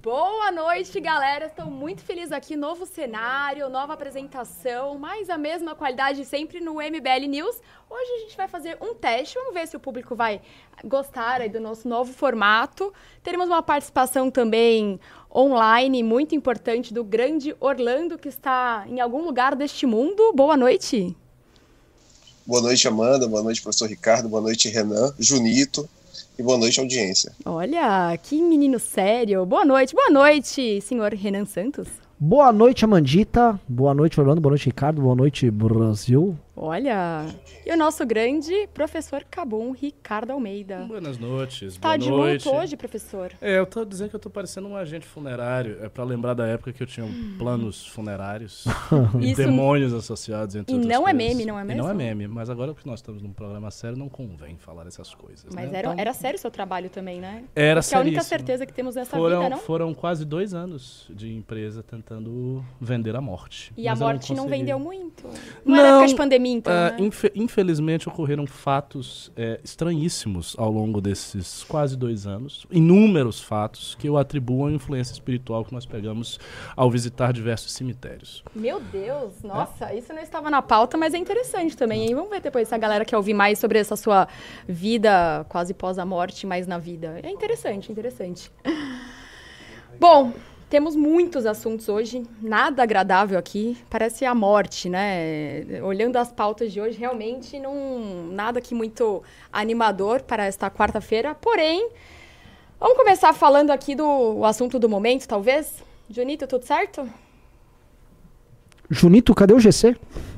Boa noite, galera. Estou muito feliz aqui. Novo cenário, nova apresentação, mas a mesma qualidade sempre no MBL News. Hoje a gente vai fazer um teste. Vamos ver se o público vai gostar aí do nosso novo formato. Teremos uma participação também online muito importante do grande Orlando, que está em algum lugar deste mundo. Boa noite. Boa noite, Amanda. Boa noite, professor Ricardo. Boa noite, Renan, Junito. E boa noite, audiência. Olha, que menino sério. Boa noite, senhor Renan Santos. Boa noite, Amandita. Boa noite, Orlando. Boa noite, Ricardo. Boa noite, Brasil. Olha, e o nosso grande professor Cabum, Ricardo Almeida. Boas noites, Tá de luto hoje, professor? Eu tô dizendo que eu tô parecendo um agente funerário. É pra lembrar da época que eu tinha planos funerários e demônios associados, entre outras não coisas. É meme, não é mesmo? E não é meme, mas agora que nós estamos num programa sério, não convém falar essas coisas. Mas né? era sério o seu trabalho também, né? Era sério. É a única seríssimo. certeza que temos nessa vida, não? Foram quase 2 anos de empresa tentando vender a morte. E a morte não vendeu muito? Não era época de pandemia, então, né? Infelizmente ocorreram fatos estranhíssimos ao longo desses quase 2 anos. Inúmeros fatos que eu atribuo à influência espiritual que nós pegamos ao visitar diversos cemitérios. Meu Deus, nossa, isso não estava na pauta, mas é interessante também, hein? Vamos ver depois se a galera quer ouvir mais sobre essa sua vida quase pós a morte, mas na vida. É interessante, interessante. Bom, temos muitos assuntos hoje, nada agradável aqui, parece a morte, né? Olhando as pautas de hoje, realmente nada aqui muito animador para esta quarta-feira, porém, vamos começar falando aqui do assunto do momento, talvez? Junito, tudo certo? Junito, cadê o GC?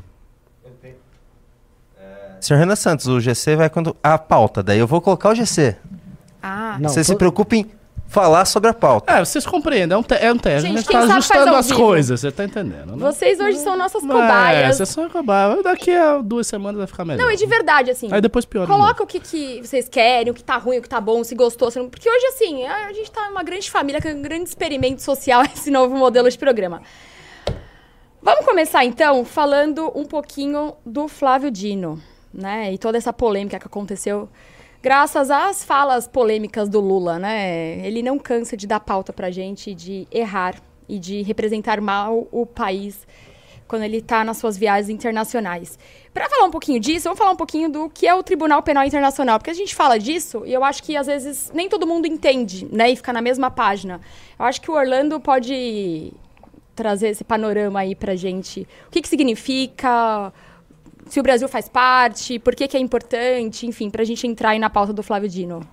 Senhor Renan Santos, o GC vai quando... A pauta, daí eu vou colocar o GC. Ah, Não, Você se preocupe em falar sobre a pauta. Vocês compreendem, é um teste. Gente, A gente quem tá sabe ajustando faz ao as vivo. coisas, você tá entendendo, né? vocês hoje são nossas cobaias. Vocês são cobaias. Daqui a 2 semanas vai ficar melhor. Não, e de verdade, assim. Aí depois piora. Coloca o que vocês querem, o que tá ruim, o que tá bom, se gostou, se não... Porque hoje, assim, a gente tá uma grande família, com um grande experimento social, esse novo modelo de programa. Vamos começar, então, falando um pouquinho do Flávio Dino, né? E toda essa polêmica que aconteceu graças às falas polêmicas do Lula, né? Ele não cansa de dar pauta pra gente, de errar e de representar mal o país quando ele está nas suas viagens internacionais. Para falar um pouquinho disso, vamos falar um pouquinho do que é o Tribunal Penal Internacional, porque a gente fala disso e eu acho que, às vezes, nem todo mundo entende, né? E fica na mesma página. Eu acho que o Orlando pode trazer esse panorama aí pra gente. O que significa... Se o Brasil faz parte, por que é importante, enfim, para a gente entrar aí na pauta do Flávio Dino.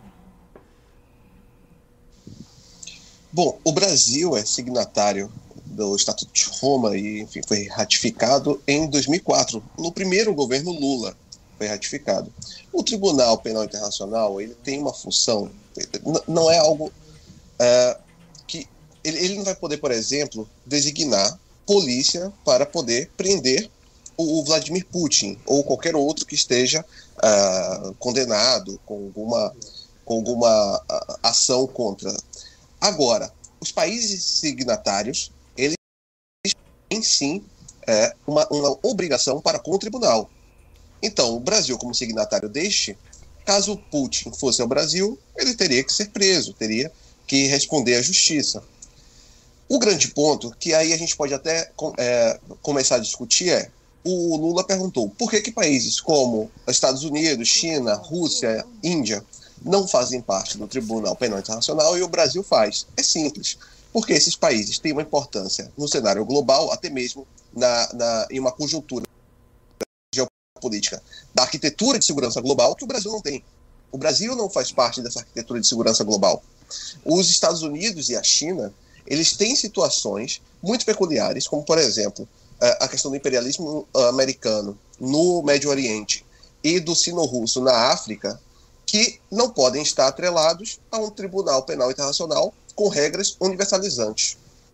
Bom, o Brasil é signatário do Estatuto de Roma e, enfim, foi ratificado em 2004, no primeiro governo Lula foi ratificado. O Tribunal Penal Internacional, ele tem uma função, não é algo que... Ele não vai poder, por exemplo, designar polícia para poder prender o Vladimir Putin ou qualquer outro que esteja condenado com alguma ação contra. Agora, os países signatários, eles têm sim uma obrigação para com o tribunal. Então, o Brasil, como signatário deste, caso Putin fosse ao Brasil, ele teria que ser preso, teria que responder à justiça. O grande ponto, que aí a gente pode até começar a discutir o Lula perguntou por que países como Estados Unidos, China, Rússia, Índia não fazem parte do Tribunal Penal Internacional e o Brasil faz. É simples, porque esses países têm uma importância no cenário global, até mesmo em uma conjuntura geopolítica da arquitetura de segurança global que o Brasil não tem. O Brasil não faz parte dessa arquitetura de segurança global. Os Estados Unidos e a China, eles têm situações muito peculiares, como, por exemplo, a questão do imperialismo americano no Médio Oriente e do sino-russo na África, que não podem estar atrelados a um Tribunal Penal Internacional com regras universalizantes.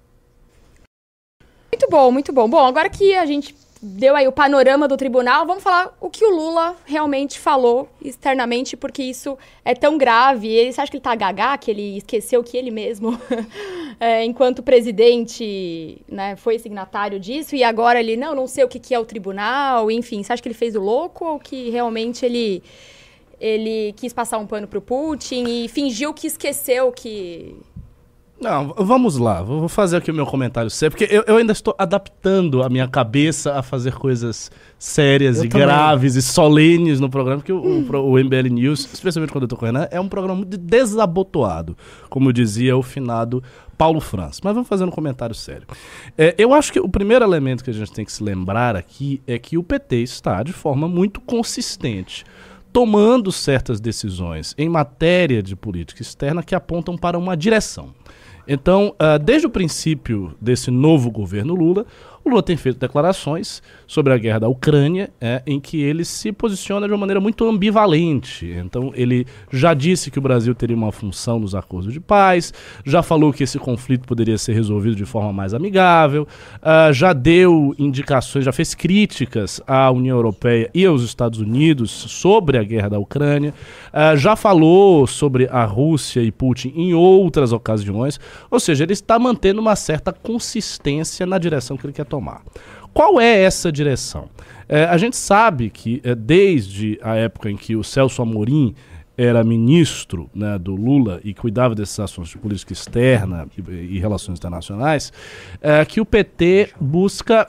Muito bom, muito bom. Bom, agora que a gente deu aí o panorama do tribunal, vamos falar o que o Lula realmente falou externamente, porque isso é tão grave. Você acha que ele tá gagá, que ele esqueceu que ele mesmo, enquanto presidente, né, foi signatário disso, e agora ele, não sei o que é o tribunal, enfim, você acha que ele fez o louco ou que realmente ele quis passar um pano pro Putin e fingiu que esqueceu que Não, vamos lá, vou fazer aqui o meu comentário sério, porque eu ainda estou adaptando a minha cabeça a fazer coisas sérias e graves e solenes no programa, porque o MBL News, especialmente quando eu tô com o Renan, é um programa muito desabotoado, como dizia o finado Paulo França. Mas vamos fazer um comentário sério. Eu acho que o primeiro elemento que a gente tem que se lembrar aqui é que o PT está, de forma muito consistente, tomando certas decisões em matéria de política externa que apontam para uma direção. Então, desde o princípio desse novo governo Lula, o Lula tem feito declarações sobre a guerra da Ucrânia, em que ele se posiciona de uma maneira muito ambivalente. Então, ele já disse que o Brasil teria uma função nos acordos de paz, já falou que esse conflito poderia ser resolvido de forma mais amigável, já deu indicações, já fez críticas à União Europeia e aos Estados Unidos sobre a guerra da Ucrânia, já falou sobre a Rússia e Putin em outras ocasiões, ou seja, ele está mantendo uma certa consistência na direção que ele quer tomar. Qual é essa direção? A gente sabe que desde a época em que o Celso Amorim era ministro, né, do Lula e cuidava desses assuntos de política externa e relações internacionais, que o PT busca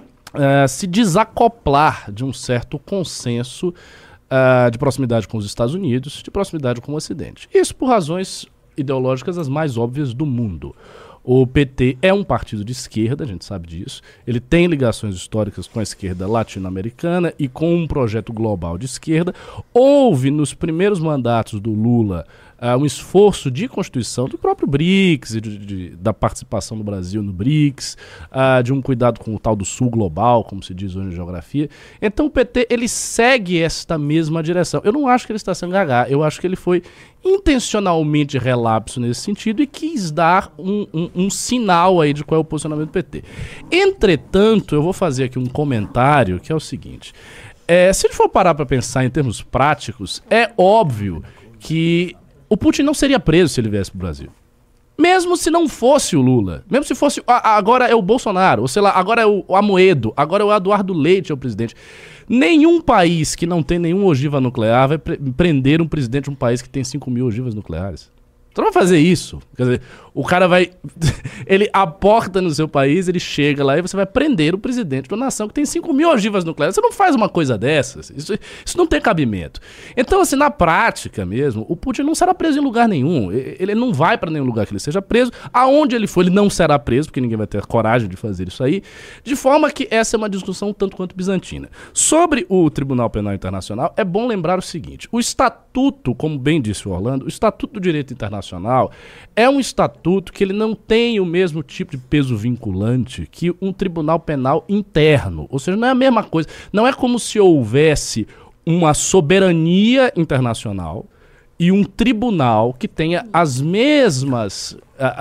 se desacoplar de um certo consenso de proximidade com os Estados Unidos, de proximidade com o Ocidente. Isso por razões ideológicas as mais óbvias do mundo. O PT é um partido de esquerda, a gente sabe disso. Ele tem ligações históricas com a esquerda latino-americana e com um projeto global de esquerda. Houve, nos primeiros mandatos do Lula, um esforço de constituição do próprio BRICS, da participação do Brasil no BRICS, de um cuidado com o tal do Sul Global, como se diz hoje em geografia. Então o PT, ele segue esta mesma direção. Eu não acho que ele está sendo gagá, eu acho que ele foi intencionalmente relapso nesse sentido e quis dar um sinal aí de qual é o posicionamento do PT. Entretanto, eu vou fazer aqui um comentário que é o seguinte. Se a gente for parar para pensar em termos práticos, é óbvio que o Putin não seria preso se ele viesse pro Brasil. Mesmo se não fosse o Lula, mesmo se fosse, agora é o Bolsonaro, ou sei lá, agora é o Amoedo, agora é o Eduardo Leite é o presidente. Nenhum país que não tem nenhuma ogiva nuclear vai prender um presidente de um país que tem 5.000 ogivas nucleares. Você não vai fazer isso. Quer dizer, o cara vai... ele aporta no seu país, ele chega lá e você vai prender o presidente de uma nação que tem 5.000 ogivas nucleares. Você não faz uma coisa dessas. Isso não tem cabimento. Então, assim, na prática mesmo, o Putin não será preso em lugar nenhum. Ele não vai para nenhum lugar que ele seja preso. Aonde ele for, ele não será preso, porque ninguém vai ter coragem de fazer isso aí. De forma que essa é uma discussão tanto quanto bizantina. Sobre o Tribunal Penal Internacional, é bom lembrar o seguinte. O Estatuto, como bem disse o Orlando, o Estatuto do Direito Internacional é um estatuto que ele não tem o mesmo tipo de peso vinculante que um tribunal penal interno. Ou seja, não é a mesma coisa. Não é como se houvesse uma soberania internacional e um tribunal que tenha as mesmas...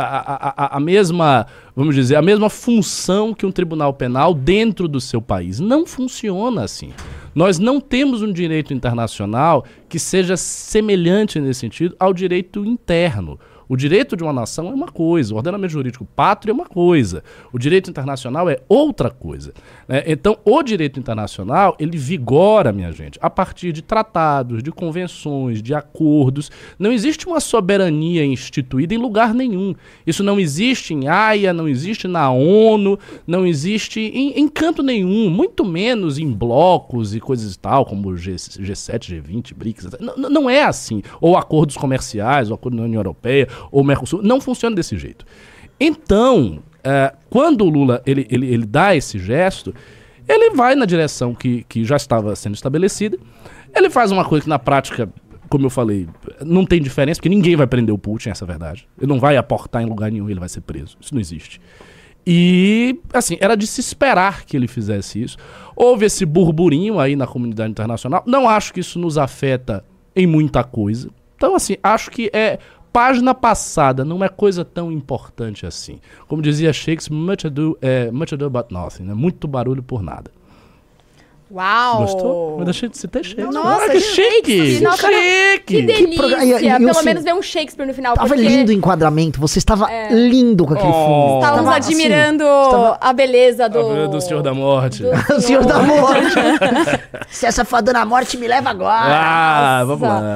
a mesma, vamos dizer, a mesma função que um tribunal penal dentro do seu país. Não funciona assim. Nós não temos um direito internacional que seja semelhante nesse sentido ao direito interno. O direito de uma nação é uma coisa, o ordenamento jurídico pátrio é uma coisa, o direito internacional é outra coisa. Então, o direito internacional, ele vigora, minha gente, a partir de tratados, de convenções, de acordos. Não existe uma soberania instituída em lugar nenhum. Isso não existe em Haia, não existe na ONU, não existe em canto nenhum, muito menos em blocos e coisas e tal, como G7, G20, BRICS. Não é assim. Ou acordos comerciais, ou acordo da União Europeia, ou Mercosul, não funciona desse jeito. Então, quando o Lula ele dá esse gesto, ele vai na direção que já estava sendo estabelecida, ele faz uma coisa que na prática, como eu falei, não tem diferença, porque ninguém vai prender o Putin, essa é a verdade. Ele não vai aportar em lugar nenhum, ele vai ser preso. Isso não existe. E, assim, era de se esperar que ele fizesse isso. Houve esse burburinho aí na comunidade internacional. Não acho que isso nos afeta em muita coisa. Então, assim, acho que página passada, não é coisa tão importante assim. Como dizia Shakespeare, much ado about nothing, né? Muito barulho por nada. Uau! Gostou? Me deixei de citar Shakespeare. Nossa, que chique! Nossa, chique! Que delícia! E Pelo assim, menos ver um Shakespeare no final. Tava porque lindo o enquadramento, você estava lindo com aquele fundo. estávamos Tava, admirando assim, a beleza do Senhor da Morte. o Senhor da Morte. Se essa fadona morte me leva agora. Vamos lá. Antes de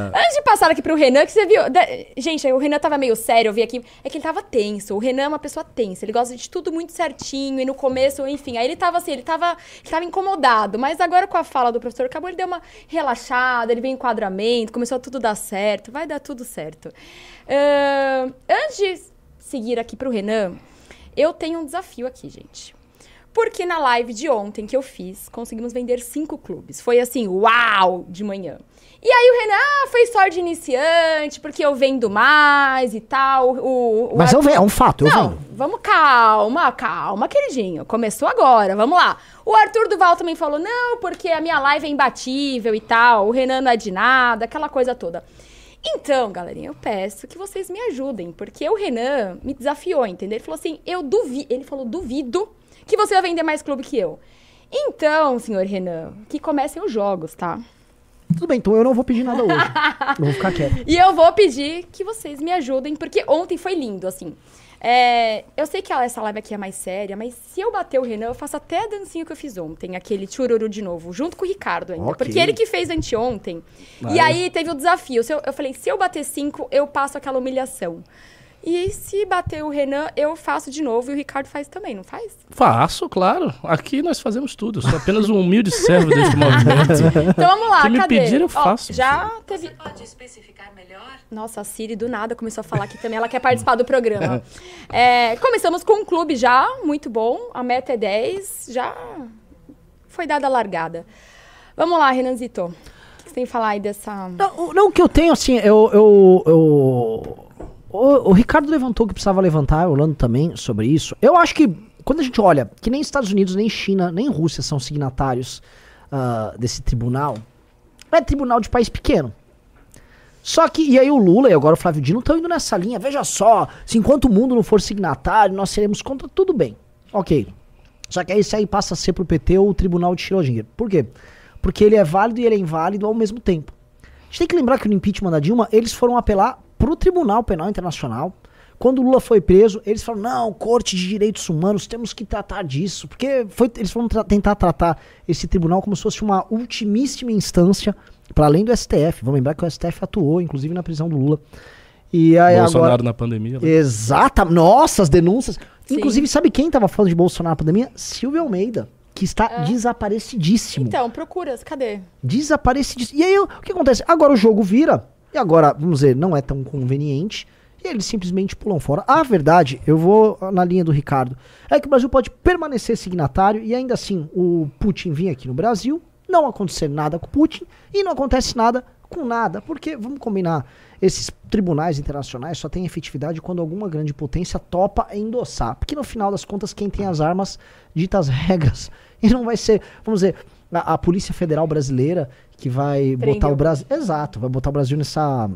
passar aqui pro Renan, que você viu. Gente, o Renan tava meio sério, eu vi aqui. É que ele tava tenso. O Renan é uma pessoa tensa. Ele gosta de tudo muito certinho. E no começo, enfim. Aí ele tava assim, ele tava incomodado. Mas agora com a fala do professor acabou, ele deu uma relaxada, ele veio em enquadramento, começou a tudo dar certo. Vai dar tudo certo. Antes de seguir aqui pro Renan, eu tenho um desafio aqui, gente. Porque na live de ontem que eu fiz, conseguimos vender 5 clubes. Foi assim, uau, de manhã. E aí o Renan, foi sorte de iniciante, porque eu vendo mais e tal. Mas é um fato, eu vendo. Vamos, calma, queridinho. Começou agora, vamos lá. O Arthur Duval também falou, não, porque a minha live é imbatível e tal. O Renan não é de nada, aquela coisa toda. Então, galerinha, eu peço que vocês me ajudem, porque o Renan me desafiou, entendeu? Ele falou assim, duvido que você vai vender mais clube que eu. Então, senhor Renan, que comecem os jogos, tá? Tudo bem, então eu não vou pedir nada hoje. Eu vou ficar quieto. E eu vou pedir que vocês me ajudem, porque ontem foi lindo, assim. Eu sei que essa live aqui é mais séria, mas se eu bater o Renan, eu faço até a dancinha que eu fiz ontem, aquele tchururu de novo, junto com o Ricardo ainda. Okay. Porque ele que fez anteontem. E aí teve o desafio. Eu falei, se eu bater 5, eu passo aquela humilhação. E se bater o Renan, eu faço de novo e o Ricardo faz também, não faz? Faço, claro. Aqui nós fazemos tudo. Sou apenas um humilde servo deste movimento. Então vamos lá, Se me cadê? pedir, eu faço. Já teve... Você pode especificar melhor? Nossa, a Siri do nada começou a falar aqui também. Ela quer participar do programa. Começamos com um clube já, muito bom. A meta é 10, já foi dada a largada. Vamos lá, Renanzito. O que você tem que falar aí dessa... Não, o que eu tenho, assim, O Ricardo levantou o que precisava levantar, o Orlando também, sobre isso. Eu acho que, quando a gente olha, que nem Estados Unidos, nem China, nem Rússia são signatários desse tribunal, é tribunal de país pequeno. Só que, e aí o Lula e agora o Flávio Dino estão indo nessa linha, veja só, se enquanto o mundo não for signatário, nós seremos contra, tudo bem, ok. Só que aí isso aí passa a ser pro PT ou o tribunal de Schrödinger. Por quê? Porque ele é válido e ele é inválido ao mesmo tempo. A gente tem que lembrar que no impeachment da Dilma, eles foram apelar pro Tribunal Penal Internacional. Quando o Lula foi preso, eles falaram, não, Corte de Direitos Humanos, temos que tratar disso. Porque eles foram tentar tratar esse tribunal como se fosse uma ultimíssima instância, para além do STF. Vamos lembrar que o STF atuou, inclusive, na prisão do Lula. E aí Bolsonaro agora... na pandemia. Né? Exata, nossa, as denúncias. Sim. Inclusive, sabe quem tava falando de Bolsonaro na pandemia? Silvio Almeida, que está desaparecidíssimo. Então, procura, cadê? Desaparecidíssimo. E aí, o que acontece? Agora o jogo vira... E agora, vamos dizer, não é tão conveniente. E eles simplesmente pulam fora. A verdade, eu vou na linha do Ricardo, é que o Brasil pode permanecer signatário e ainda assim o Putin vir aqui no Brasil, não acontecer nada com o Putin e não acontece nada com nada. Porque, vamos combinar, esses tribunais internacionais só têm efetividade quando alguma grande potência topa endossar. Porque no final das contas, quem tem as armas dita as regras. E não vai ser, vamos dizer, a Polícia Federal Brasileira que vai botar o Brasil... Exato, vai botar o Brasil nessa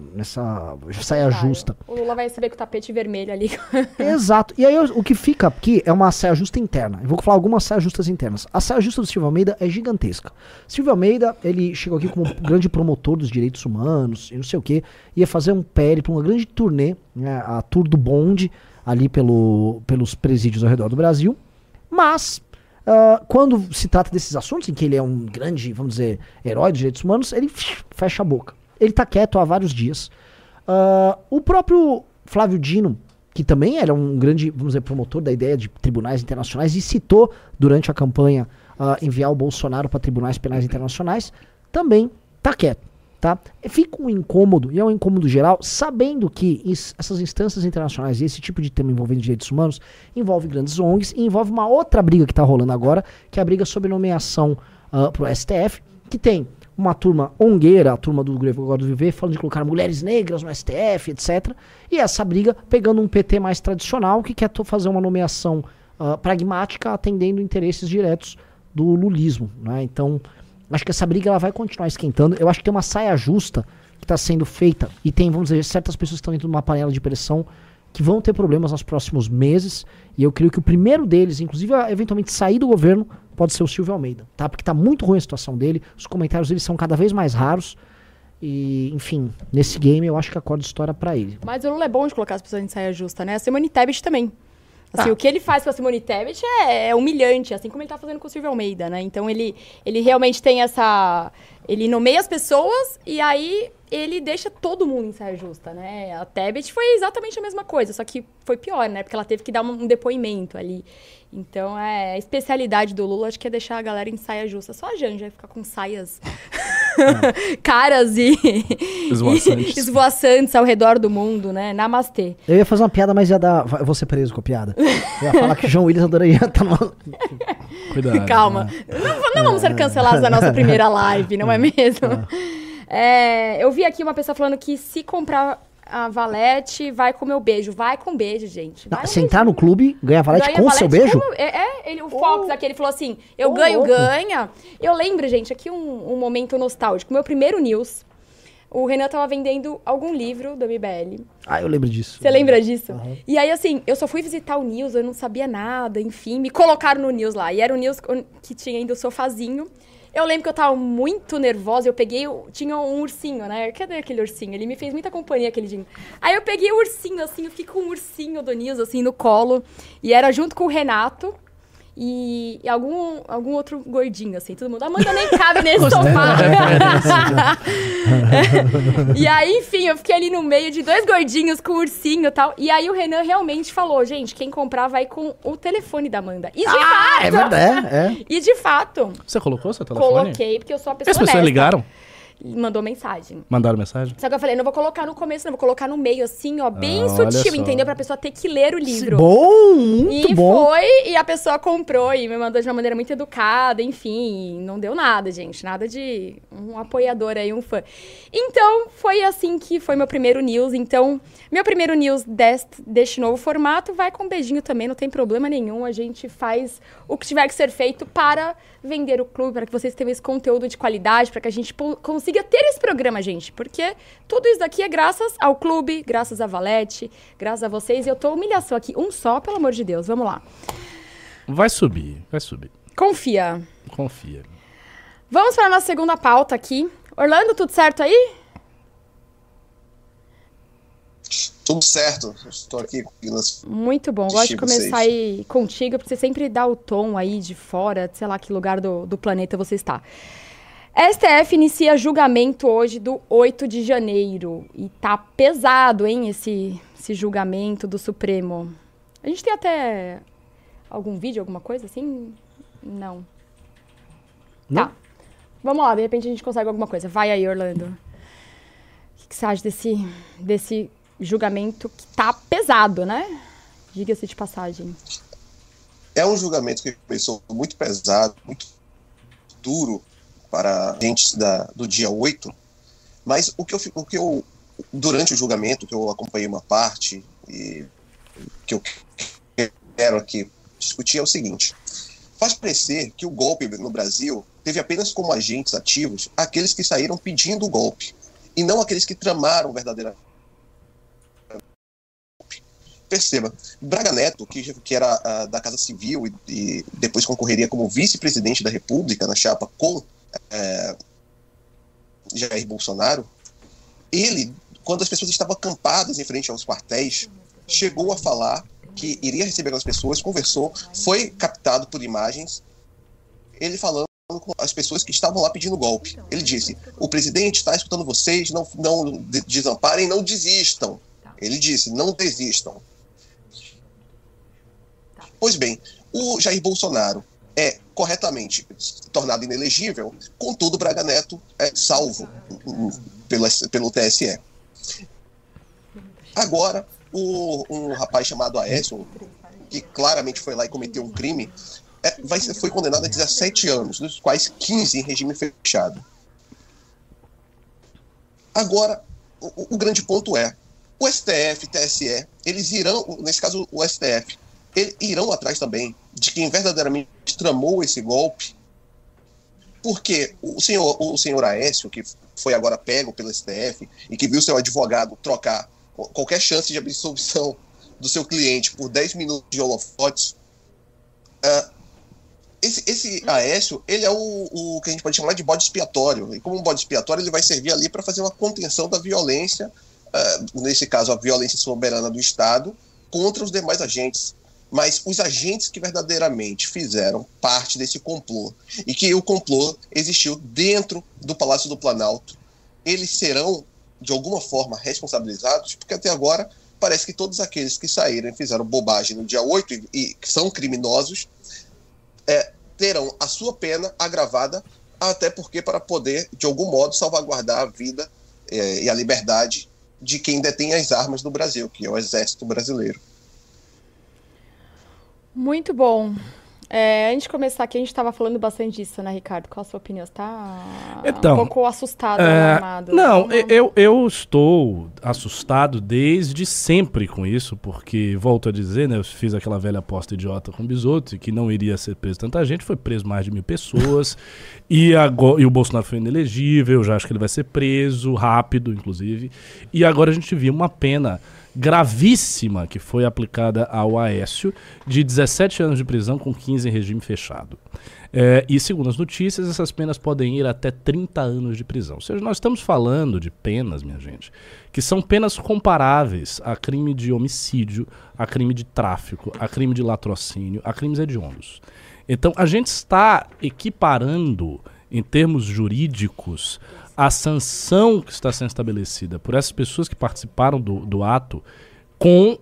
saia justa. O Lula vai receber com o tapete vermelho ali. Exato. E aí o que fica aqui é uma saia justa interna. Eu vou falar algumas saias justas internas. A saia justa do Silvio Almeida é gigantesca. Silvio Almeida, ele chegou aqui como grande promotor dos direitos humanos e não sei o quê. Ia fazer um périplo, uma grande turnê, né, a Tour do Bonde, ali pelos presídios ao redor do Brasil. Mas... quando se trata desses assuntos em que ele é um grande, vamos dizer, herói dos direitos humanos, ele fecha a boca. Ele tá quieto há vários dias. O próprio Flávio Dino, que também era um grande, vamos dizer, promotor da ideia de tribunais internacionais e citou durante a campanha enviar o Bolsonaro para tribunais penais internacionais, também tá quieto. Tá? Fica um incômodo, e é um incômodo geral, sabendo que essas instâncias internacionais e esse tipo de tema envolvendo direitos humanos envolve grandes ONGs e envolve uma outra briga que está rolando agora, que é a briga sobre nomeação pro STF, que tem uma turma ongueira, a turma do Gregório do Viver, falando de colocar mulheres negras no STF, etc. E essa briga pegando um PT mais tradicional que quer fazer uma nomeação pragmática atendendo interesses diretos do lulismo, né? Então... acho que essa briga ela vai continuar esquentando. Eu acho que tem uma saia justa que está sendo feita. E tem, vamos dizer, certas pessoas que estão dentro de uma panela de pressão que vão ter problemas nos próximos meses. E eu creio que o primeiro deles, inclusive eventualmente sair do governo, pode ser o Silvio Almeida. Tá? Porque está muito ruim a situação dele. Os comentários dele são cada vez mais raros. E, enfim, nesse game eu acho que a corda estoura para ele. Mas o Lula é bom de colocar as pessoas em saia justa, né? A Simone Tebet também. Assim, o que ele faz com a Simone Tebet é humilhante, assim como ele tá fazendo com o Silvio Almeida, né? Então, ele realmente tem essa... Ele nomeia as pessoas e aí ele deixa todo mundo em saia justa, né? A Tebet foi exatamente a mesma coisa, só que foi pior, né? Porque ela teve que dar um depoimento ali. Então, a especialidade do Lula, acho que é deixar a galera em saia justa. Só a Janja vai ficar com saias caras e esvoaçantes ao redor do mundo, né? Namastê. Eu ia fazer uma piada, mas ia dar... Eu vou ser preso com a piada. Eu ia falar que o João Willis adoraria estar numa... Cuidado. Calma. Né? Não vamos ser cancelados da nossa primeira live, não é mesmo? Eu vi aqui uma pessoa falando que se comprar a Valete, vai com o meu beijo. Vai com beijo, gente. Vai Se entrar no clube, ganha a Valete com o seu beijo? O Fox aqui, ele falou assim, eu ganho, ganha. Eu lembro, gente, aqui um momento nostálgico. Meu primeiro news, o Renan tava vendendo algum livro do MBL. Eu lembro disso. Você lembra disso? Uhum. E aí, assim, eu só fui visitar o news, eu não sabia nada, enfim, me colocaram no news lá. E era o news que tinha ainda o sofazinho. Eu lembro que eu tava muito nervosa, tinha um ursinho, né? Cadê aquele ursinho? Ele me fez muita companhia aquele dia. Aí eu peguei o ursinho, assim, eu fiquei com o ursinho do News, assim, no colo. E era junto com o Renato e algum outro gordinho, assim, todo mundo. Amanda nem cabe nesse sofá. E aí, enfim, eu fiquei ali no meio de dois gordinhos com o ursinho e tal. E aí o Renan realmente falou, gente, quem comprar vai com o telefone da Amanda. E de fato! É verdade, E de fato... Você colocou seu telefone? Coloquei, porque eu sou uma pessoa honesta. As pessoas ligaram? Mandou mensagem. Mandaram mensagem? Só que eu falei, não vou colocar no começo, não, vou colocar no meio, assim, ó, bem sutil, entendeu? Pra pessoa ter que ler o livro. Bom, muito bom. E a pessoa comprou e me mandou de uma maneira muito educada, enfim, não deu nada, gente, nada de um apoiador aí, um fã. Então, foi assim que foi meu primeiro news. Então, meu primeiro news deste novo formato vai com um beijinho também, não tem problema nenhum. A gente faz o que tiver que ser feito para vender o clube, para que vocês tenham esse conteúdo de qualidade, para que a gente consiga ter esse programa, gente. Porque tudo isso daqui é graças ao clube, graças à Valete, graças a vocês. E eu tô humilhação aqui, um só, pelo amor de Deus. Vamos lá. Vai subir, vai subir. Confia. Confia. Vamos para a nossa segunda pauta aqui. Orlando, tudo certo aí? Tudo certo. Estou aqui. Muito bom. Gosto de começar aí contigo, porque você sempre dá o tom aí de fora, sei lá que lugar do planeta você está. STF inicia julgamento hoje do 8 de janeiro. E tá pesado, hein, esse julgamento do Supremo. A gente tem até algum vídeo, alguma coisa assim? Não. Tá. Vamos lá, de repente a gente consegue alguma coisa. Vai aí, Orlando. O que você acha desse julgamento que tá pesado, né? Diga-se de passagem. É um julgamento que começou muito pesado, muito duro para agentes do dia 8, mas o que eu durante o julgamento, que eu acompanhei uma parte e que eu quero aqui discutir é o seguinte: faz parecer que o golpe no Brasil teve apenas como agentes ativos aqueles que saíram pedindo o golpe, e não aqueles que tramaram verdadeiramente. Perceba, Braga Neto, que era da Casa Civil e depois concorreria como vice-presidente da República na chapa com Jair Bolsonaro, ele, quando as pessoas estavam acampadas em frente aos quartéis, chegou a falar que iria receber aquelas pessoas, conversou, foi captado por imagens, ele falando com as pessoas que estavam lá pedindo golpe. Ele disse: o presidente está escutando vocês, não desamparem, não desistam. Ele disse: não desistam. Pois bem, o Jair Bolsonaro é corretamente tornado inelegível, contudo Braga Neto é salvo pelo TSE. Agora, um rapaz chamado Aécio, que claramente foi lá e cometeu um crime, foi condenado a 17 anos, dos quais 15 em regime fechado. Agora, o grande ponto é, o STF, TSE, eles irão, nesse caso o STF, eles irão atrás também de quem verdadeiramente tramou esse golpe, porque o senhor Aécio, que foi agora pego pelo STF e que viu seu advogado trocar qualquer chance de absolvição do seu cliente por 10 minutos de holofotes, esse Aécio, ele é o que a gente pode chamar de bode expiatório, e como um bode expiatório ele vai servir ali para fazer uma contenção da violência, nesse caso a violência soberana do Estado, contra os demais agentes. mas os agentes que verdadeiramente fizeram parte desse complô, e que o complô existiu dentro do Palácio do Planalto, eles serão, de alguma forma, responsabilizados, porque até agora parece que todos aqueles que saíram e fizeram bobagem no dia 8 e que são criminosos, terão a sua pena agravada, até porque para poder, de algum modo, salvaguardar a vida e a liberdade de quem detém as armas no Brasil, que é o Exército Brasileiro. Muito bom. Antes de começar aqui, a gente estava falando bastante disso, né, Ricardo? Qual a sua opinião? Você está Então, um pouco assustado, alarmado? Não, eu estou assustado desde sempre com isso, porque, volto a dizer, né, eu fiz aquela velha aposta idiota com o Bisotto, que não iria ser preso tanta gente, foi preso mais de 1.000 pessoas, e o Bolsonaro foi inelegível, eu já acho que ele vai ser preso, rápido, inclusive, e agora a gente viu uma pena gravíssima que foi aplicada ao Aécio, de 17 anos de prisão com 15 em regime fechado. E segundo as notícias, essas penas podem ir até 30 anos de prisão. Ou seja, nós estamos falando de penas, minha gente, que são penas comparáveis a crime de homicídio, a crime de tráfico, a crime de latrocínio, a crimes hediondos. Então, a gente está equiparando, em termos jurídicos, a sanção que está sendo estabelecida por essas pessoas que participaram do ato com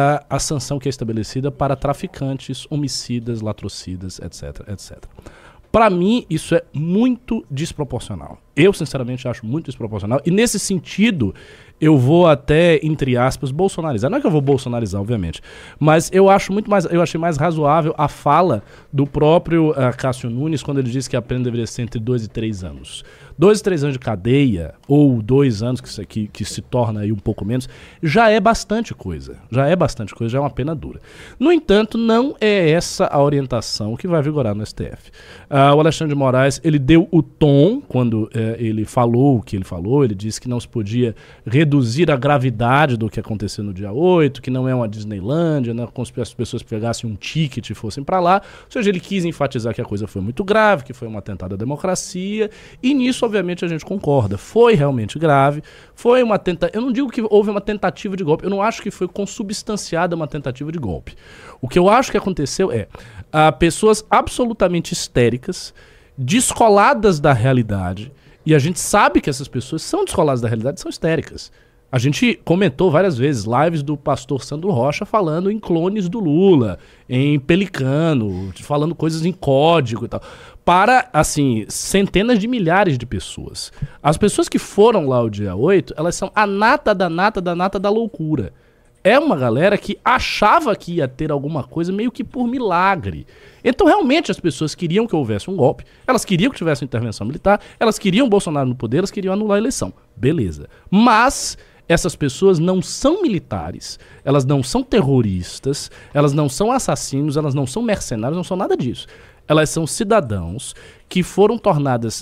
a sanção que é estabelecida para traficantes, homicidas, latrocidas, etc, etc. Para mim, isso é muito desproporcional. Eu, sinceramente, acho muito desproporcional. E, nesse sentido, eu vou até, entre aspas, bolsonarizar. Não é que eu vou bolsonarizar, obviamente. Mas eu achei mais razoável a fala do próprio Cássio Nunes, quando ele disse que a pena deveria ser entre 2 e 3 anos. 2 e 3 anos de cadeia, ou 2 anos que se torna aí um pouco menos, já é bastante coisa. Já é uma pena dura. No entanto, não é essa a orientação que vai vigorar no STF. O Alexandre de Moraes, ele deu o tom quando ele falou o que ele falou, ele disse que não se podia reduzir a gravidade do que aconteceu no dia 8, que não é uma Disneylândia, né, como se as pessoas pegassem um ticket e fossem para lá. Ou seja, ele quis enfatizar que a coisa foi muito grave, que foi um atentado à democracia, e nisso, obviamente, a gente concorda. Foi realmente grave, foi uma tentativa. Eu não digo que houve uma tentativa de golpe, eu não acho que foi consubstanciada uma tentativa de golpe. O que eu acho que aconteceu é pessoas absolutamente histéricas, descoladas da realidade, e a gente sabe que essas pessoas são descoladas da realidade, são histéricas. A gente comentou várias vezes lives do pastor Sandro Rocha falando em clones do Lula, em Pelicano, falando coisas em código e tal, para, assim, centenas de milhares de pessoas. As pessoas que foram lá o dia 8, elas são a nata da loucura. É uma galera que achava que ia ter alguma coisa meio que por milagre. Então, realmente, as pessoas queriam que houvesse um golpe, elas queriam que tivesse uma intervenção militar, elas queriam o Bolsonaro no poder, elas queriam anular a eleição. Beleza. Mas essas pessoas não são militares, elas não são terroristas, elas não são assassinos, elas não são mercenários, não são nada disso. Elas são cidadãos que foram tornados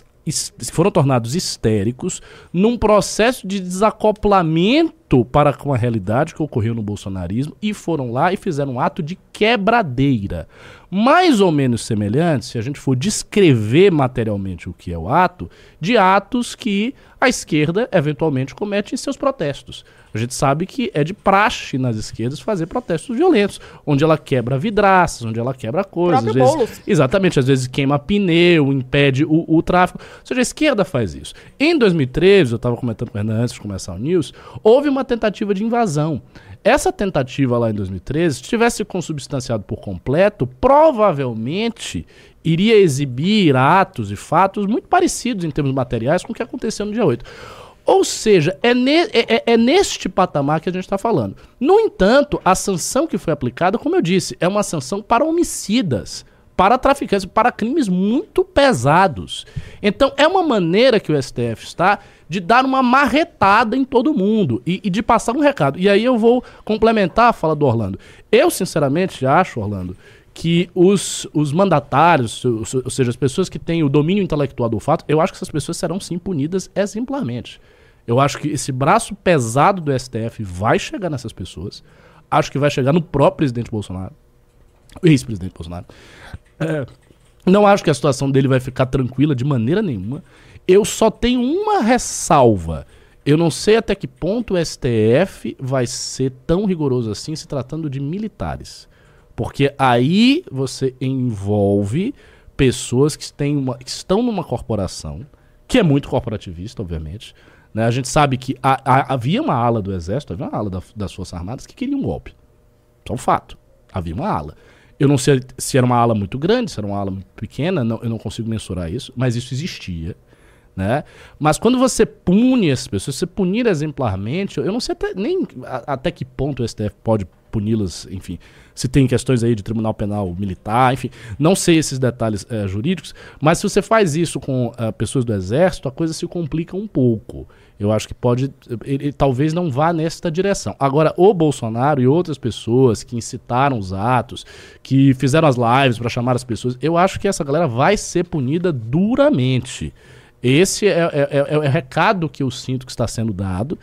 histéricos num processo de desacoplamento para com a realidade que ocorreu no bolsonarismo, e foram lá e fizeram um ato de quebradeira. Mais ou menos semelhante, se a gente for descrever materialmente o que é o ato, de atos que a esquerda eventualmente comete em seus protestos. A gente sabe que é de praxe nas esquerdas fazer protestos violentos, onde ela quebra vidraças, onde ela quebra coisas. Às vezes, exatamente, às vezes queima pneu, impede o tráfego. Ou seja, a esquerda faz isso. Em 2013, eu estava comentando com o Hernan antes de começar o News, houve uma tentativa de invasão. Essa tentativa lá em 2013, se tivesse consubstanciado por completo, provavelmente iria exibir atos e fatos muito parecidos em termos materiais com o que aconteceu no dia 8. Ou seja, é neste patamar que a gente está falando. No entanto, a sanção que foi aplicada, como eu disse, é uma sanção para homicidas, para traficantes, para crimes muito pesados. Então, é uma maneira que o STF está de dar uma marretada em todo mundo e de passar um recado. E aí eu vou complementar a fala do Orlando. Eu, sinceramente, acho, Orlando, que os mandatários, ou seja, as pessoas que têm o domínio intelectual do fato, eu acho que essas pessoas serão sim punidas exemplarmente. Eu acho que esse braço pesado do STF vai chegar nessas pessoas. Acho que vai chegar no próprio presidente Bolsonaro, o ex-presidente Bolsonaro. Não acho que a situação dele vai ficar tranquila de maneira nenhuma. Eu só tenho uma ressalva. Eu não sei até que ponto o STF vai ser tão rigoroso assim se tratando de militares. Porque aí você envolve pessoas que estão numa corporação, que é muito corporativista, obviamente. Né? A gente sabe que havia uma ala do Exército, havia uma ala das Forças Armadas que queria um golpe. Isso é um fato. Havia uma ala. Eu não sei se era uma ala muito grande, se era uma ala muito pequena, eu não consigo mensurar isso, mas isso existia. Né? Mas quando você pune essas pessoas, você punir exemplarmente, eu não sei até que ponto o STF pode puni-las, enfim, se tem questões aí de tribunal penal militar, enfim, não sei esses detalhes jurídicos, mas se você faz isso com pessoas do Exército, a coisa se complica um pouco. Eu acho que ele talvez não vá nesta direção. Agora, o Bolsonaro e outras pessoas que incitaram os atos, que fizeram as lives para chamar as pessoas, eu acho que essa galera vai ser punida duramente. Esse é o recado que eu sinto que está sendo dado.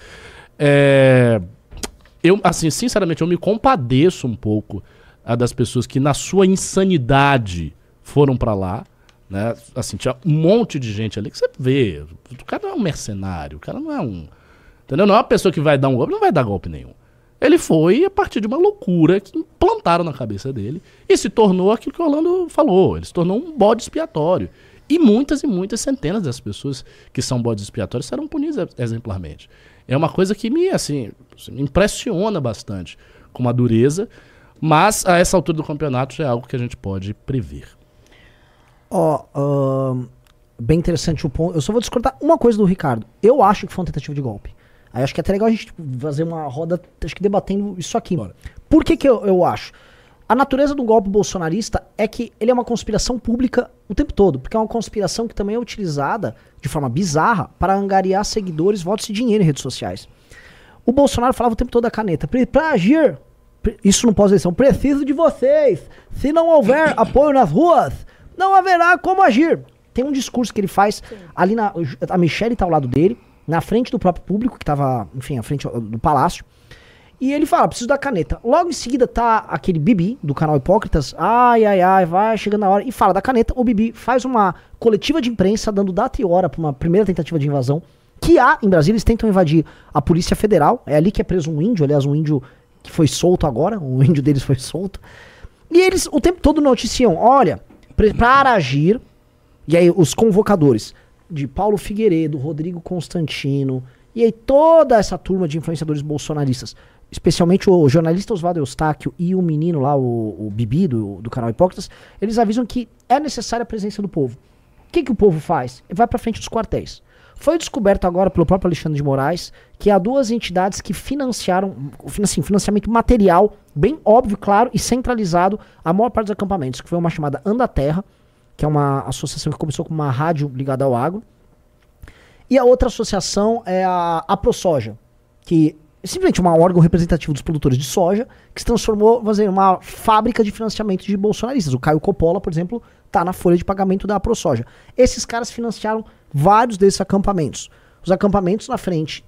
Eu, assim, sinceramente, eu me compadeço um pouco das pessoas que, na sua insanidade, foram pra lá, né? Assim, tinha um monte de gente ali que você vê. O cara não é um mercenário, o cara não é um... Entendeu? Não é uma pessoa que vai dar um golpe, não vai dar golpe nenhum. Ele foi a partir de uma loucura que implantaram na cabeça dele e se tornou aquilo que o Orlando falou. Ele se tornou um bode expiatório. E muitas centenas dessas pessoas que são bodes expiatórios serão punidas exemplarmente. É uma coisa que me impressiona bastante com uma dureza, mas a essa altura do campeonato já é algo que a gente pode prever. Bem interessante o ponto. Eu só vou discordar uma coisa do Ricardo. Eu acho que foi uma tentativa de golpe. Aí acho que é até legal a gente fazer uma roda, acho que debatendo isso aqui. Bora. Por que eu acho? A natureza do golpe bolsonarista é que ele é uma conspiração pública o tempo todo, porque é uma conspiração que também é utilizada de forma bizarra para angariar seguidores, votos e dinheiro em redes sociais. O Bolsonaro falava o tempo todo da caneta. Para agir, isso no pós-eleição, preciso de vocês. Se não houver apoio nas ruas, não haverá como agir. Tem um discurso que ele faz ali, a Michelle tá ao lado dele, na frente do próprio público, que estava, enfim, à frente do palácio. E ele fala, preciso da caneta. Logo em seguida tá aquele Bibi, do canal Hipócritas, vai chegando a hora, e fala da caneta. O Bibi faz uma coletiva de imprensa, dando data e hora para uma primeira tentativa de invasão, que há em Brasília. Eles tentam invadir a Polícia Federal, é ali que é preso um índio, aliás, um índio que foi solto agora, o índio deles foi solto. E eles o tempo todo noticiam, olha, para agir, e aí os convocadores de Paulo Figueiredo, Rodrigo Constantino, e aí toda essa turma de influenciadores bolsonaristas, especialmente o jornalista Oswaldo Eustáquio e o menino lá, o Bibi, do canal Hipócritas, eles avisam que é necessária a presença do povo. O que o povo faz? Vai pra frente dos quartéis. Foi descoberto agora pelo próprio Alexandre de Moraes que há duas entidades que financiaram, assim, financiamento material, bem óbvio, claro, e centralizado, a maior parte dos acampamentos, que foi uma chamada Anda Terra, que é uma associação que começou com uma rádio ligada ao agro, e a outra associação é a ProSoja, que simplesmente um órgão representativo dos produtores de soja, que se transformou em uma fábrica de financiamento de bolsonaristas. O Caio Coppola, por exemplo, está na folha de pagamento da ProSoja. Esses caras financiaram vários desses acampamentos. Os acampamentos na frente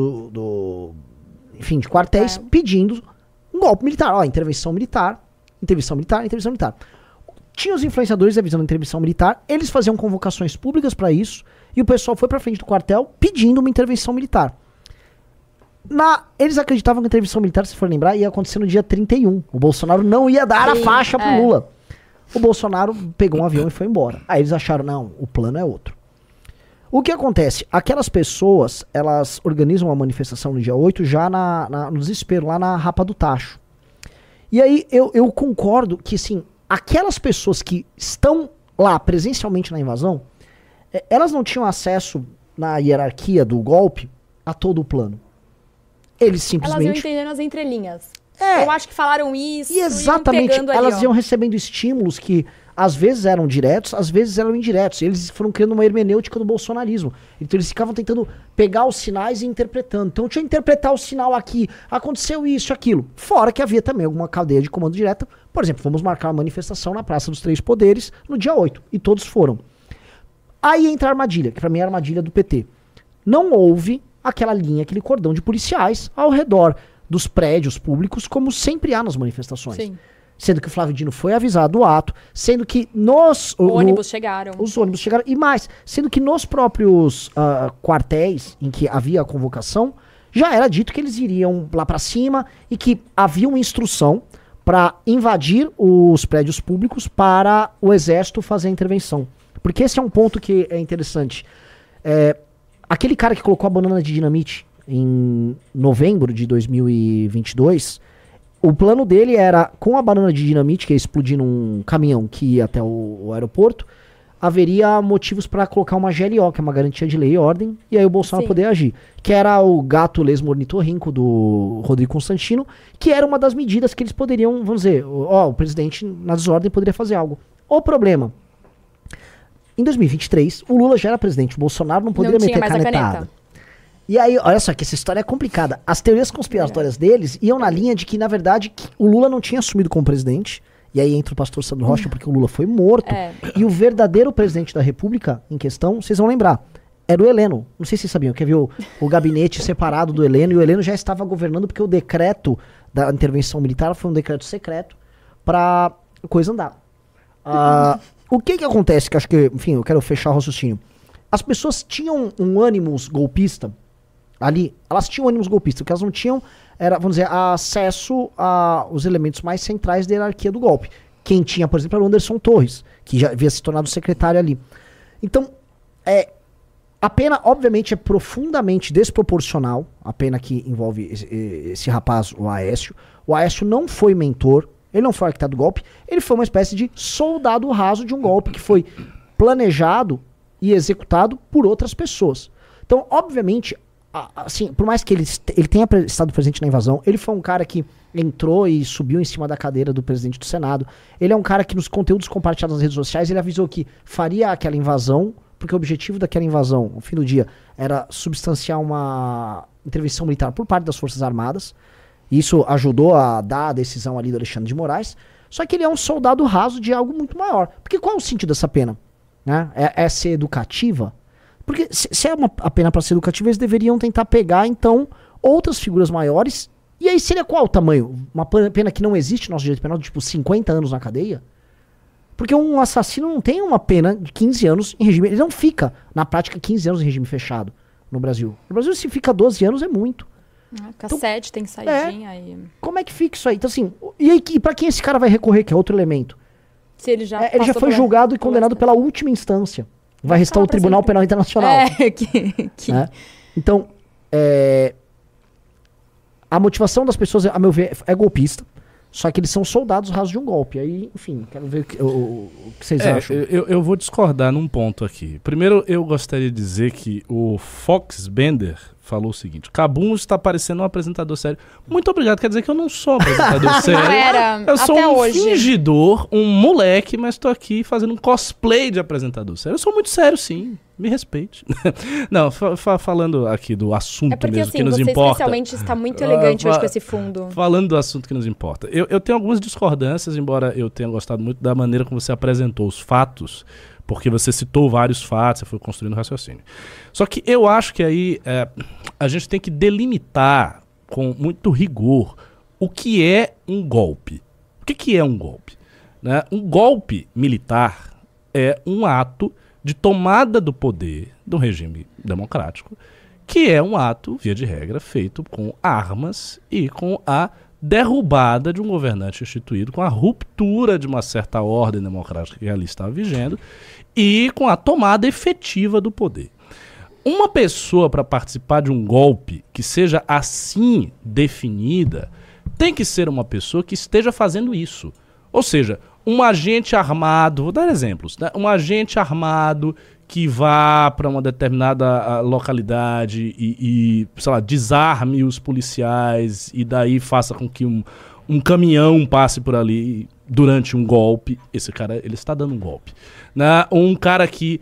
de quartéis, pedindo um golpe militar. Intervenção militar, intervenção militar, intervenção militar. Tinha os influenciadores avisando a intervenção militar, eles faziam convocações públicas para isso, e o pessoal foi para frente do quartel pedindo uma intervenção militar. Eles acreditavam que a intervenção militar, se for lembrar, ia acontecer no dia 31. O Bolsonaro não ia dar a faixa pro Lula. O Bolsonaro pegou um avião e foi embora. Aí eles acharam, não, o plano é outro. O que acontece? Aquelas pessoas, elas organizam uma manifestação no dia 8 já no desespero, lá na Rapa do Tacho. E aí eu concordo que, assim, aquelas pessoas que estão lá presencialmente na invasão, elas não tinham acesso na hierarquia do golpe a todo o plano. Eles simplesmente... Elas iam entendendo as entrelinhas. Eu acho que falaram isso. E exatamente, elas iam recebendo estímulos que às vezes eram diretos, às vezes eram indiretos. Eles foram criando uma hermenêutica do bolsonarismo. Então eles ficavam tentando pegar os sinais e interpretando. Então deixa eu interpretar o sinal aqui. Aconteceu isso, aquilo. Fora que havia também alguma cadeia de comando direto. Por exemplo, vamos marcar uma manifestação na Praça dos Três Poderes no dia 8. E todos foram. Aí entra a armadilha, que pra mim é a armadilha do PT. Não houve aquela linha, aquele cordão de policiais ao redor dos prédios públicos, como sempre há nas manifestações. Sim. Sendo que o Flávio Dino foi avisado do ato, sendo que os ônibus chegaram, e mais, sendo que nos próprios quartéis em que havia a convocação, já era dito que eles iriam lá pra cima e que havia uma instrução para invadir os prédios públicos para o exército fazer a intervenção. Porque esse é um ponto que é interessante. Aquele cara que colocou a banana de dinamite em novembro de 2022, o plano dele era, com a banana de dinamite, que ia explodir num caminhão que ia até o aeroporto, haveria motivos para colocar uma GLO, que é uma garantia de lei e ordem, e aí o Bolsonaro poder agir. Que era o gato lesmo ornitorrinco do Rodrigo Constantino, que era uma das medidas que eles poderiam, vamos dizer, o presidente na desordem poderia fazer algo. O problema, em 2023, o Lula já era presidente, o Bolsonaro não poderia meter canetada. E aí, olha só que essa história é complicada. As teorias conspiratórias deles iam na linha de que, na verdade, o Lula não tinha assumido como presidente. E aí entra o pastor Sandro Rocha, porque o Lula foi morto. E o verdadeiro presidente da República, em questão, vocês vão lembrar, era o Heleno. Não sei se vocês sabiam, que havia o gabinete separado do Heleno, e o Heleno já estava governando porque o decreto da intervenção militar foi um decreto secreto pra coisa andar. O que acontece, que acho que, enfim, eu quero fechar o raciocínio. As pessoas tinham um ânimos golpista ali, elas tinham ânimos golpista, o que elas não tinham era, vamos dizer, acesso aos elementos mais centrais da hierarquia do golpe. Quem tinha, por exemplo, era o Anderson Torres, que já havia se tornado secretário ali. Então, a pena, obviamente, é profundamente desproporcional, a pena que envolve esse rapaz, o Aécio. O Aécio não foi mentor, ele não foi arquiteto do golpe, ele foi uma espécie de soldado raso de um golpe que foi planejado e executado por outras pessoas. Então, obviamente, assim, por mais que ele tenha estado presente na invasão, ele foi um cara que entrou e subiu em cima da cadeira do presidente do Senado. Ele é um cara que nos conteúdos compartilhados nas redes sociais, ele avisou que faria aquela invasão, porque o objetivo daquela invasão, no fim do dia, era substanciar uma intervenção militar por parte das Forças Armadas. Isso ajudou a dar a decisão ali do Alexandre de Moraes. Só que ele é um soldado raso de algo muito maior. Porque qual é o sentido dessa pena? Né? É ser educativa? Porque se é a pena para ser educativa, eles deveriam tentar pegar, então, outras figuras maiores. E aí seria qual o tamanho? Uma pena que não existe no nosso direito penal, tipo 50 anos na cadeia? Porque um assassino não tem uma pena de 15 anos em regime... Ele não fica, na prática, 15 anos em regime fechado no Brasil. No Brasil, se fica 12 anos, é muito. Cassete, então, tem saidinha aí. Como é que fica isso aí? Então, assim, e pra quem esse cara vai recorrer, que é outro elemento? Se ele já foi julgado e condenado pela última instância. Vai restar o Tribunal Penal Internacional. Então, a motivação das pessoas, a meu ver, é golpista. Só que eles são soldados rasos de um golpe. Aí, enfim, quero ver o que vocês acham. Eu vou discordar num ponto aqui. Primeiro, eu gostaria de dizer que o Fox Bender falou o seguinte: Cabum está parecendo um apresentador sério. Muito obrigado, quer dizer que eu não sou um apresentador sério. Não era, eu sou até um hoje. fingidor, um moleque, mas estou aqui fazendo um cosplay de apresentador sério. Eu sou muito sério, sim. Me respeite. Não, falando aqui do assunto porque, mesmo assim, que nos você importa. especialmente está muito elegante hoje com esse fundo. Falando do assunto que nos importa. Eu tenho algumas discordâncias, embora eu tenha gostado muito da maneira como você apresentou os fatos, porque você citou vários fatos, você foi construindo raciocínio. Só que eu acho que aí a gente tem que delimitar com muito rigor o que é um golpe. O que é um golpe? Né? Um golpe militar é um ato de tomada do poder do regime democrático, que é um ato, via de regra, feito com armas e com a derrubada de um governante instituído, com a ruptura de uma certa ordem democrática que ali estava vigendo e com a tomada efetiva do poder. Uma pessoa, para participar de um golpe que seja assim definida, tem que ser uma pessoa que esteja fazendo isso. Ou seja, um agente armado, vou dar exemplos, né? Um agente armado que vá para uma determinada localidade e, sei lá, desarme os policiais e daí faça com que um caminhão passe por ali durante um golpe. Esse cara, ele está dando um golpe. Né? Um cara que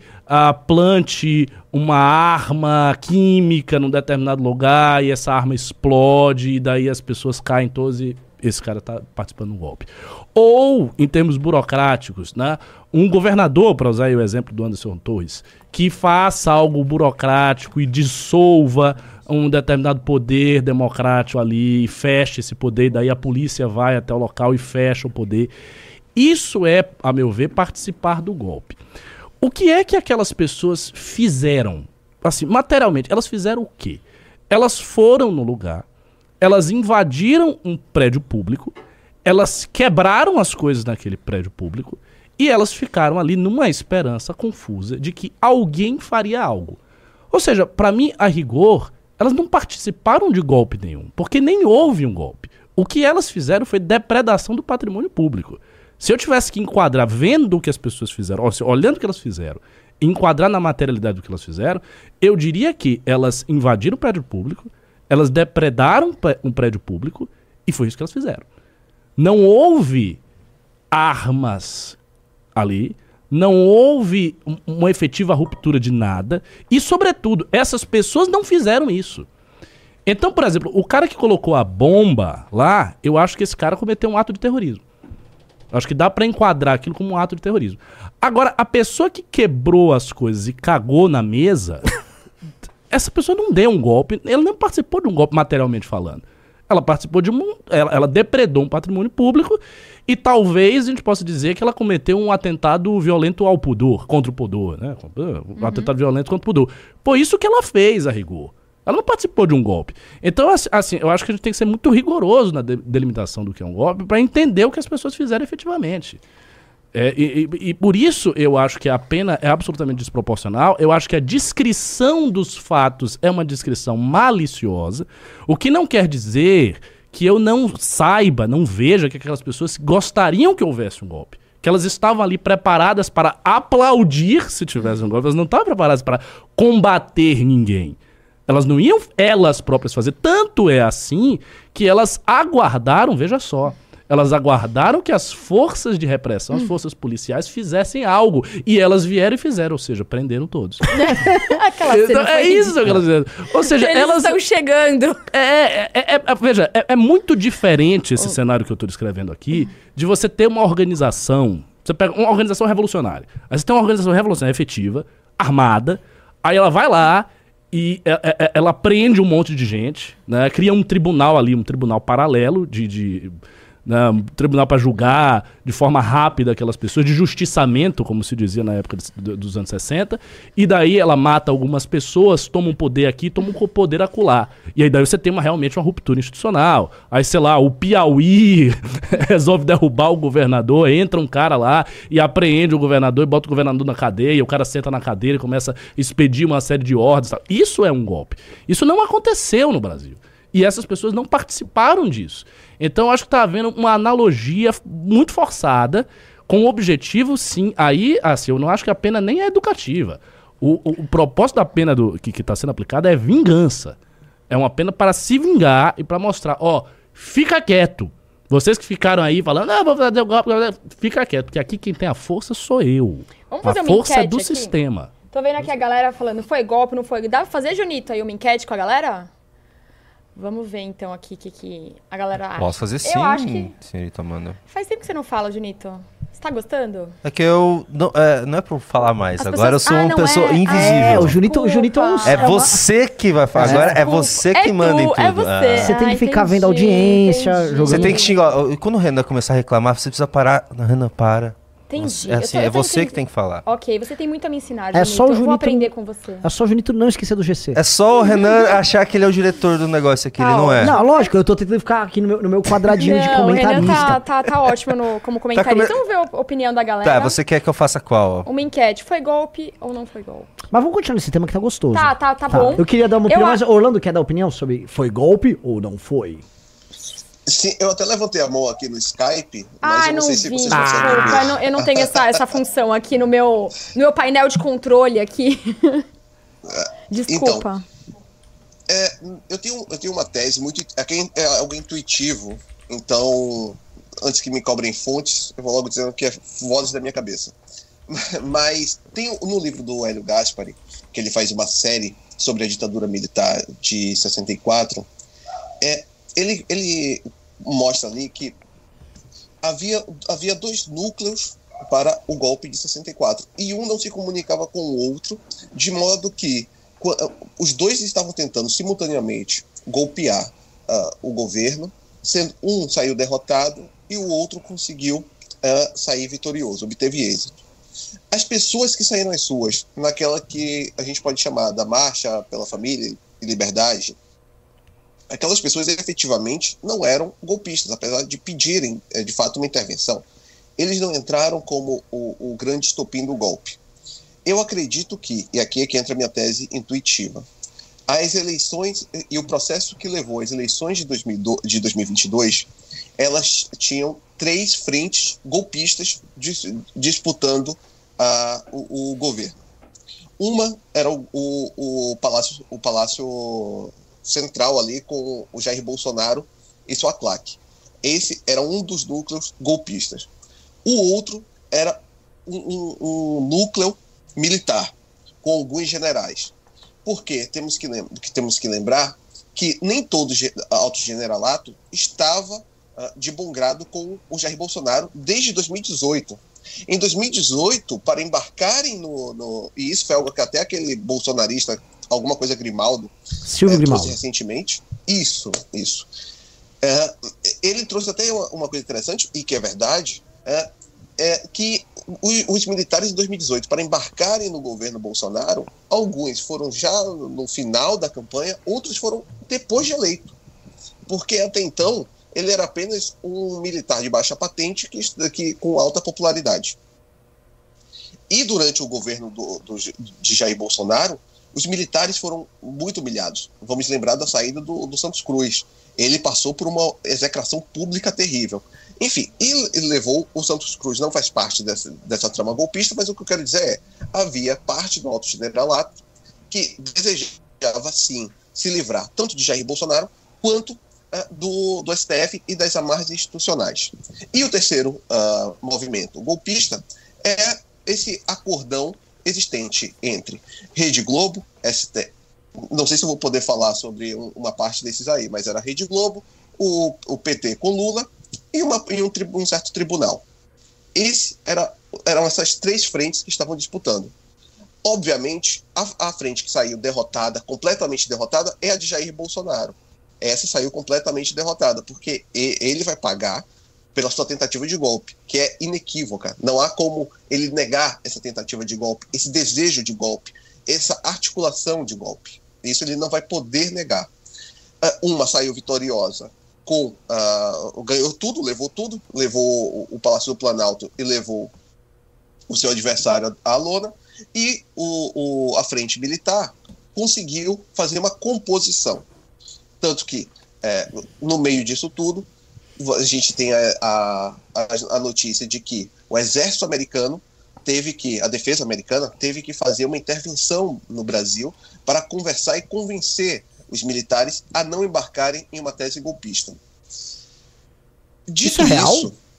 plante uma arma química num determinado lugar e essa arma explode e daí as pessoas caem todas e esse cara está participando de um golpe. Ou, em termos burocráticos, né, um governador, para usar aí o exemplo do Anderson Torres, que faça algo burocrático e dissolva um determinado poder democrático ali, e feche esse poder, e daí a polícia vai até o local e fecha o poder. Isso é, a meu ver, participar do golpe. O que é que aquelas pessoas fizeram? Assim, materialmente, elas fizeram o quê? Elas foram no lugar, elas invadiram um prédio público elas quebraram as coisas naquele prédio público e elas ficaram ali numa esperança confusa de que alguém faria algo. Ou seja, para mim, a rigor, elas não participaram de golpe nenhum, porque nem houve um golpe. O que elas fizeram foi depredação do patrimônio público. Se eu tivesse que enquadrar, vendo o que as pessoas fizeram, olhando o que elas fizeram, enquadrar na materialidade do que elas fizeram, eu diria que elas invadiram o prédio público, elas depredaram um prédio público e foi isso que elas fizeram. Não houve armas ali, não houve uma efetiva ruptura de nada e, sobretudo, essas pessoas não fizeram isso. Então, por exemplo, o cara que colocou a bomba lá, eu acho que esse cara cometeu um ato de terrorismo. Eu acho que dá pra enquadrar aquilo como um ato de terrorismo. Agora, a pessoa que quebrou as coisas e cagou na mesa, essa pessoa não deu um golpe, ela não participou de um golpe materialmente falando. Ela participou ela depredou um patrimônio público e talvez a gente possa dizer que ela cometeu um atentado violento ao pudor, contra o pudor, né? Um atentado violento contra o pudor. Por isso que ela fez, a rigor. Ela não participou de um golpe. Então, assim, eu acho que a gente tem que ser muito rigoroso na delimitação do que é um golpe para entender o que as pessoas fizeram efetivamente. E por isso eu acho que a pena é absolutamente desproporcional. Eu acho que a descrição dos fatos é uma descrição maliciosa, o que não quer dizer que eu não saiba, não veja que aquelas pessoas gostariam que houvesse um golpe. Que elas estavam ali preparadas para aplaudir se tivesse um golpe. Elas não estavam preparadas para combater ninguém. Elas não iam elas próprias fazer. Tanto é assim que elas aguardaram, veja só, elas aguardaram que as forças de repressão, as forças policiais fizessem algo. E elas vieram e fizeram, ou seja, prenderam todos. Então, é isso que elas fizeram. Ou seja, eles estão chegando. Veja, é muito diferente esse cenário que eu estou descrevendo aqui, de você ter uma organização, você pega uma organização revolucionária. Aí você tem uma organização revolucionária efetiva, armada, aí ela vai lá, e ela prende um monte de gente, né? Cria um tribunal ali, um tribunal paralelo né, um tribunal para julgar de forma rápida aquelas pessoas, de justiçamento, como se dizia na época dos anos 60, e daí ela mata algumas pessoas, toma um poder aqui, toma um poder acolá. E aí daí você tem realmente uma ruptura institucional. Aí, sei lá, o Piauí resolve derrubar o governador, entra um cara lá e apreende o governador e bota o governador na cadeia, o cara senta na cadeira e começa a expedir uma série de ordens. Tal. Isso é um golpe. Isso não aconteceu no Brasil. E essas pessoas não participaram disso. Então, eu acho que está havendo uma analogia muito forçada, com o objetivo, sim, aí, assim, eu não acho que a pena nem é educativa. O propósito da pena que está sendo aplicada é vingança. É uma pena para se vingar e para mostrar, fica quieto. Vocês que ficaram aí falando, vou fazer o golpe, fica quieto, porque aqui quem tem a força sou eu. Vamos fazer a uma força é do aqui? sistema. Tô vendo aqui a galera falando, foi golpe, não foi? Dá pra fazer, Junito, aí uma enquete com a galera? Vamos ver, então, aqui o que a galera acha. Posso fazer sim, Eu acho que... senhorita Amanda. Faz tempo que você não fala, Junito. Você tá gostando? É que eu... Não é pra eu falar mais. As Agora pessoas- eu sou uma pessoa invisível. O Junito é um... É você que vai falar. Agora é você que manda em tudo. É você. Você tem que ficar entendi, vendo a audiência, entendi. jogando... Você tem que xingar. Quando o Renan começar a reclamar, você precisa parar. Renan, para. Entendi. É assim, Eu tô você entendendo. que tem que falar. Ok, você tem muito a me ensinar, É Junito. só o Eu vou Junito- aprender com você. É só o Junito não esquecer do GC. É só o Renan achar que ele é o diretor do negócio aqui, ele não é. Não, lógico, eu tô tentando ficar aqui no meu quadradinho de Não, o Renan comentarista. tá ótimo como comentarista. Vamos ver a opinião da galera. Tá, você quer que eu faça qual? Uma enquete. Foi golpe ou não foi golpe? Mas vamos continuar nesse tema que tá gostoso. Tá bom. Eu queria dar uma Eu opinião, a- mas Orlando quer dar opinião sobre foi golpe ou não foi? Sim, eu até levantei a mão aqui no Skype, mas eu não sei se vi. vocês conseguem ver. Desculpa, eu não tenho essa função aqui no meu painel de controle aqui. Desculpa. Eu tenho uma tese muito... É algo intuitivo, então, antes que me cobrem fontes, eu vou logo dizendo que é vozes da minha cabeça. Mas tem no livro do Hélio Gaspari, que ele faz uma série sobre a ditadura militar de 64, ele mostra ali que havia dois núcleos para o golpe de 64, e um não se comunicava com o outro, de modo que os dois estavam tentando simultaneamente golpear o governo, sendo um saiu derrotado e o outro conseguiu sair vitorioso, obteve êxito. As pessoas que saíram às ruas naquela que a gente pode chamar da Marcha pela Família e Liberdade, aquelas pessoas efetivamente não eram golpistas, apesar de pedirem, de fato, uma intervenção. Eles não entraram como o grande estopim do golpe. Eu acredito que, e aqui é que entra a minha tese intuitiva, as eleições e o processo que levou às eleições de 2022, elas tinham 3 frentes golpistas disputando o governo. Uma era o Palácio Central ali com o Jair Bolsonaro e sua claque. Esse era um dos núcleos golpistas. O outro era um núcleo militar, com alguns generais. Porque temos que lembrar que nem todo alto generalato estava de bom grado com o Jair Bolsonaro desde 2018. Em 2018, para embarcarem e isso foi algo que até aquele bolsonarista, alguma coisa Grimaldo, Silvio Grimaldo, trouxe recentemente. Isso. Ele trouxe até uma coisa interessante, e que é verdade, que os militares de 2018, para embarcarem no governo Bolsonaro, alguns foram já no final da campanha, outros foram depois de eleito. Porque até então ele era apenas um militar de baixa patente que com alta popularidade. E durante o governo de Jair Bolsonaro, os militares foram muito humilhados. Vamos lembrar da saída do Santos Cruz. Ele passou por uma execração pública terrível. Enfim, ele levou o Santos Cruz, não faz parte dessa trama golpista, mas o que eu quero dizer é, havia parte do alto generalato que desejava, sim, se livrar tanto de Jair Bolsonaro quanto do STF e das amarras institucionais. E o terceiro movimento golpista é esse acordão existente entre Rede Globo, STF, não sei se eu vou poder falar sobre uma parte desses aí, mas era Rede Globo, o PT com Lula e um certo tribunal. Eram essas 3 frentes que estavam disputando. Obviamente, a frente que saiu derrotada, completamente derrotada, é a de Jair Bolsonaro. Essa saiu completamente derrotada, porque ele vai pagar pela sua tentativa de golpe, que é inequívoca. Não há como ele negar essa tentativa de golpe, esse desejo de golpe, essa articulação de golpe. Isso ele não vai poder negar. Uma saiu vitoriosa, ganhou tudo, levou o Palácio do Planalto e levou o seu adversário à lona, e a frente militar conseguiu fazer uma composição. Tanto que, no meio disso tudo, a gente tem a notícia de que o exército americano a defesa americana teve que fazer uma intervenção no Brasil para conversar e convencer os militares a não embarcarem em uma tese golpista. Dito isso é real?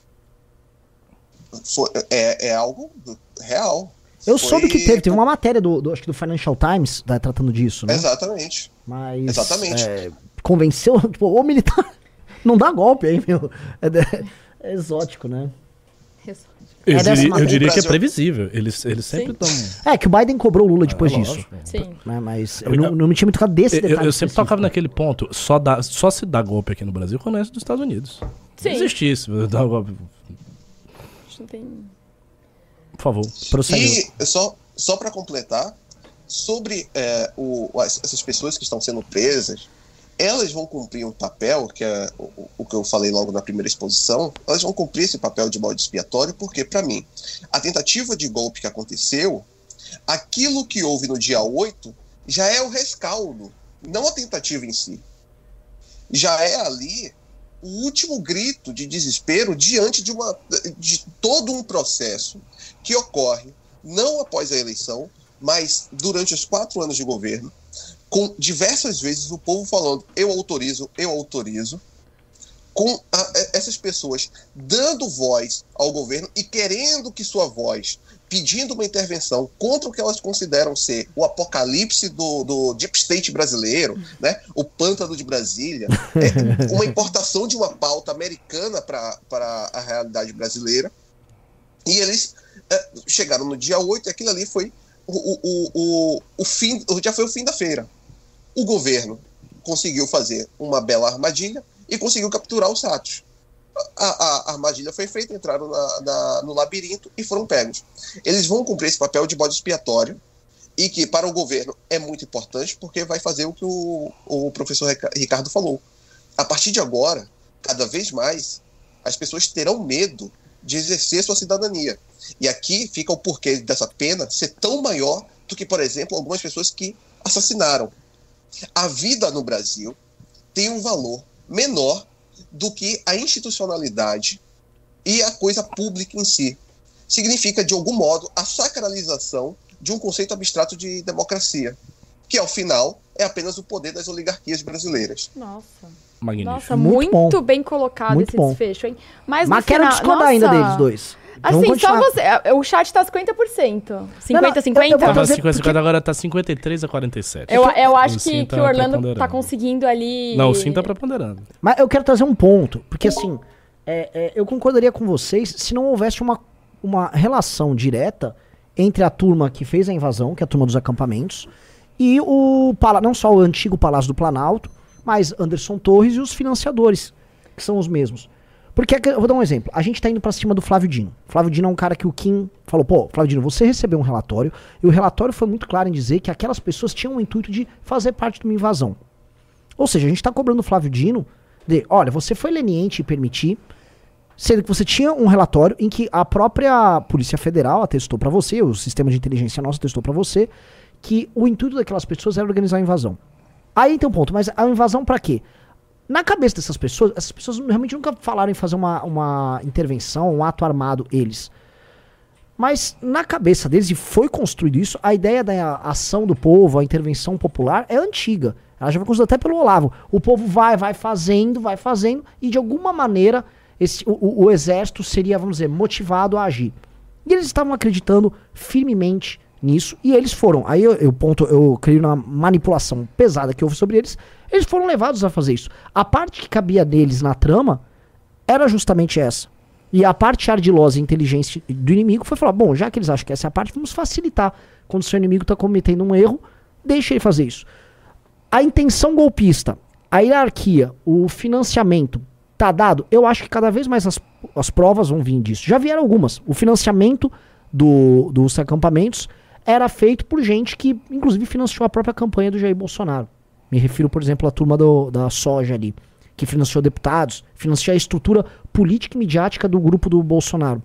É algo real. Eu soube que teve uma matéria acho que do Financial Times tratando disso, né? Exatamente. Mas exatamente. Convenceu, tipo, o militar não dá golpe aí, meu. É exótico, né? Eu diria que é previsível. Eles sempre estão. Que o Biden cobrou o Lula depois disso. Lógico. Sim. Mas eu não me tinha muito claro desse detalhe. Eu sempre tocava naquele ponto. Só se dá golpe aqui no Brasil quando é dos Estados Unidos. Sim. Não existisse. Dar golpe. Não tem... Por favor, prossegue. E só para completar, sobre essas pessoas que estão sendo presas, elas vão cumprir um papel, que é o que eu falei logo na primeira exposição, elas vão cumprir esse papel de bode expiatório, porque, para mim, a tentativa de golpe que aconteceu, aquilo que houve no dia 8, já é o rescaldo, não a tentativa em si. Já é ali o último grito de desespero diante de todo um processo que ocorre, não após a eleição, mas durante os 4 anos de governo, com diversas vezes o povo falando eu autorizo, com essas pessoas dando voz ao governo e querendo que sua voz, pedindo uma intervenção contra o que elas consideram ser o apocalipse do Deep State brasileiro, né? O pântano de Brasília, uma importação de uma pauta americana para a realidade brasileira. E eles chegaram no dia 8 e aquilo ali foi o fim, já foi o fim da feira. O governo conseguiu fazer uma bela armadilha e conseguiu capturar os ratos. A armadilha foi feita, entraram no labirinto e foram pegos. Eles vão cumprir esse papel de bode expiatório e que para o governo é muito importante porque vai fazer o que o professor Ricardo falou. A partir de agora, cada vez mais, as pessoas terão medo de exercer sua cidadania. E aqui fica o porquê dessa pena ser tão maior do que, por exemplo, algumas pessoas que assassinaram. A vida no Brasil tem um valor menor do que a institucionalidade e a coisa pública em si. Significa, de algum modo, a sacralização de um conceito abstrato de democracia, que, ao final, é apenas o poder das oligarquias brasileiras. Nossa. Magnífico. Nossa, Muito muito bom. bem colocado Muito esse bom. desfecho, hein? Mas quero discordar ainda deles dois. Vamos Assim, só continuar. você. O chat tá 50%. 50-50? eu vou Tava fazer 50, agora tá 53-47. Eu acho O que, Sim que tá o Orlando preponderando. tá conseguindo ali. Não, o Sim tá preponderando. Mas eu quero trazer um ponto, porque assim, eu concordaria com vocês se não houvesse uma relação direta entre a turma que fez a invasão, que é a turma dos acampamentos, e não só o antigo Palácio do Planalto, mas Anderson Torres e os financiadores, que são os mesmos. Porque, eu vou dar um exemplo, a gente tá indo pra cima do Flávio Dino. Flávio Dino é um cara que o Kim falou, pô, Flávio Dino, você recebeu um relatório, e o relatório foi muito claro em dizer que aquelas pessoas tinham o intuito de fazer parte de uma invasão. Ou seja, a gente tá cobrando o Flávio Dino de, olha, você foi leniente em permitir, sendo que você tinha um relatório em que a própria Polícia Federal atestou pra você, o sistema de inteligência nosso atestou pra você, que o intuito daquelas pessoas era organizar a invasão. Aí tem um ponto, mas a invasão pra quê? Na cabeça dessas pessoas, essas pessoas realmente nunca falaram em fazer uma intervenção, um ato armado, eles. Mas na cabeça deles, e foi construído isso, a ideia da ação do povo, a intervenção popular, é antiga. Ela já foi construída até pelo Olavo. O povo vai fazendo, e de alguma maneira o exército seria, vamos dizer, motivado a agir. E eles estavam acreditando firmemente nisso, e eles foram. Aí eu creio na manipulação pesada que houve sobre eles. Eles foram levados a fazer isso. A parte que cabia deles na trama era justamente essa. E a parte ardilosa e inteligente do inimigo foi falar, bom, já que eles acham que essa é a parte, vamos facilitar. Quando o seu inimigo está cometendo um erro, deixa ele fazer isso. A intenção golpista, a hierarquia, o financiamento, tá dado? Eu acho que cada vez mais as provas vão vir disso. Já vieram algumas. O financiamento dos acampamentos era feito por gente que, inclusive, financiou a própria campanha do Jair Bolsonaro. Me refiro, por exemplo, à turma da soja ali, que financiou deputados, financiou a estrutura política e midiática do grupo do Bolsonaro.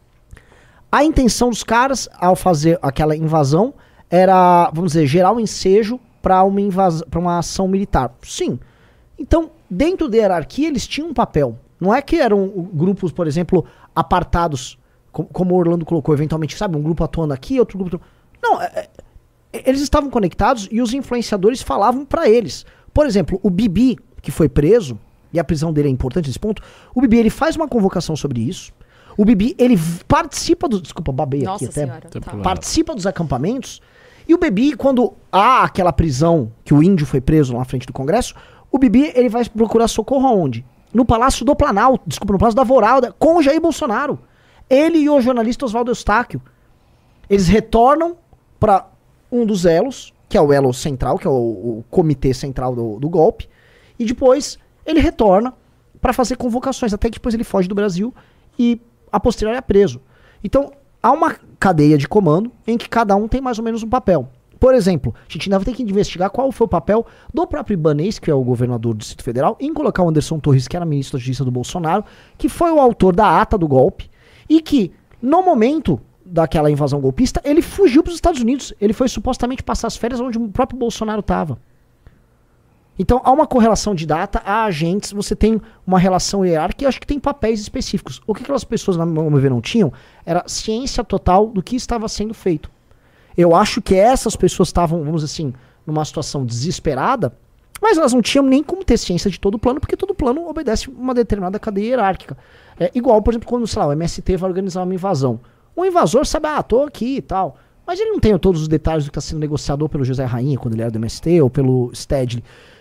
A intenção dos caras, ao fazer aquela invasão, era, vamos dizer, gerar um ensejo para uma ação militar. Sim. Então, dentro da hierarquia, eles tinham um papel. Não é que eram grupos, por exemplo, apartados, como o Orlando colocou, eventualmente, sabe, um grupo atuando aqui, outro grupo... Não, eles estavam conectados e os influenciadores falavam pra eles. Por exemplo, o Bibi, que foi preso, e a prisão dele é importante nesse ponto, o Bibi, ele faz uma convocação sobre isso. O Bibi, ele participa dos... Desculpa, babei Nossa aqui até. senhora, tá. Participa dos acampamentos. E o Bibi, quando há aquela prisão que o índio foi preso lá na frente do Congresso, o Bibi, ele vai procurar socorro aonde? No Palácio do Planalto, no Palácio da Voralda, com o Jair Bolsonaro. Ele e o jornalista Oswaldo Eustáquio. Eles retornam para um dos elos, que é o elo central, que é o comitê central do golpe, e depois ele retorna para fazer convocações, até que depois ele foge do Brasil e a posteriori é preso. Então, há uma cadeia de comando em que cada um tem mais ou menos um papel. Por exemplo, a gente ainda vai ter que investigar qual foi o papel do próprio Ibanez, que é o governador do Distrito Federal, em colocar o Anderson Torres, que era ministro da Justiça do Bolsonaro, que foi o autor da ata do golpe, e que, no momento daquela invasão golpista, ele fugiu para os Estados Unidos. Ele foi supostamente passar as férias onde o próprio Bolsonaro estava. Então, há uma correlação de data, há agentes, você tem uma relação hierárquica e acho que tem papéis específicos. O que aquelas pessoas, na meu ver, não tinham era ciência total do que estava sendo feito. Eu acho que essas pessoas estavam, vamos dizer assim, numa situação desesperada, mas elas não tinham nem como ter ciência de todo o plano, porque todo plano obedece uma determinada cadeia hierárquica. É igual, por exemplo, quando, sei lá, o MST vai organizar uma invasão. O invasor sabe, tô aqui e tal. Mas ele não tem todos os detalhes do que está sendo negociado ou pelo José Rainha, quando ele era do MST, ou pelo Stedley.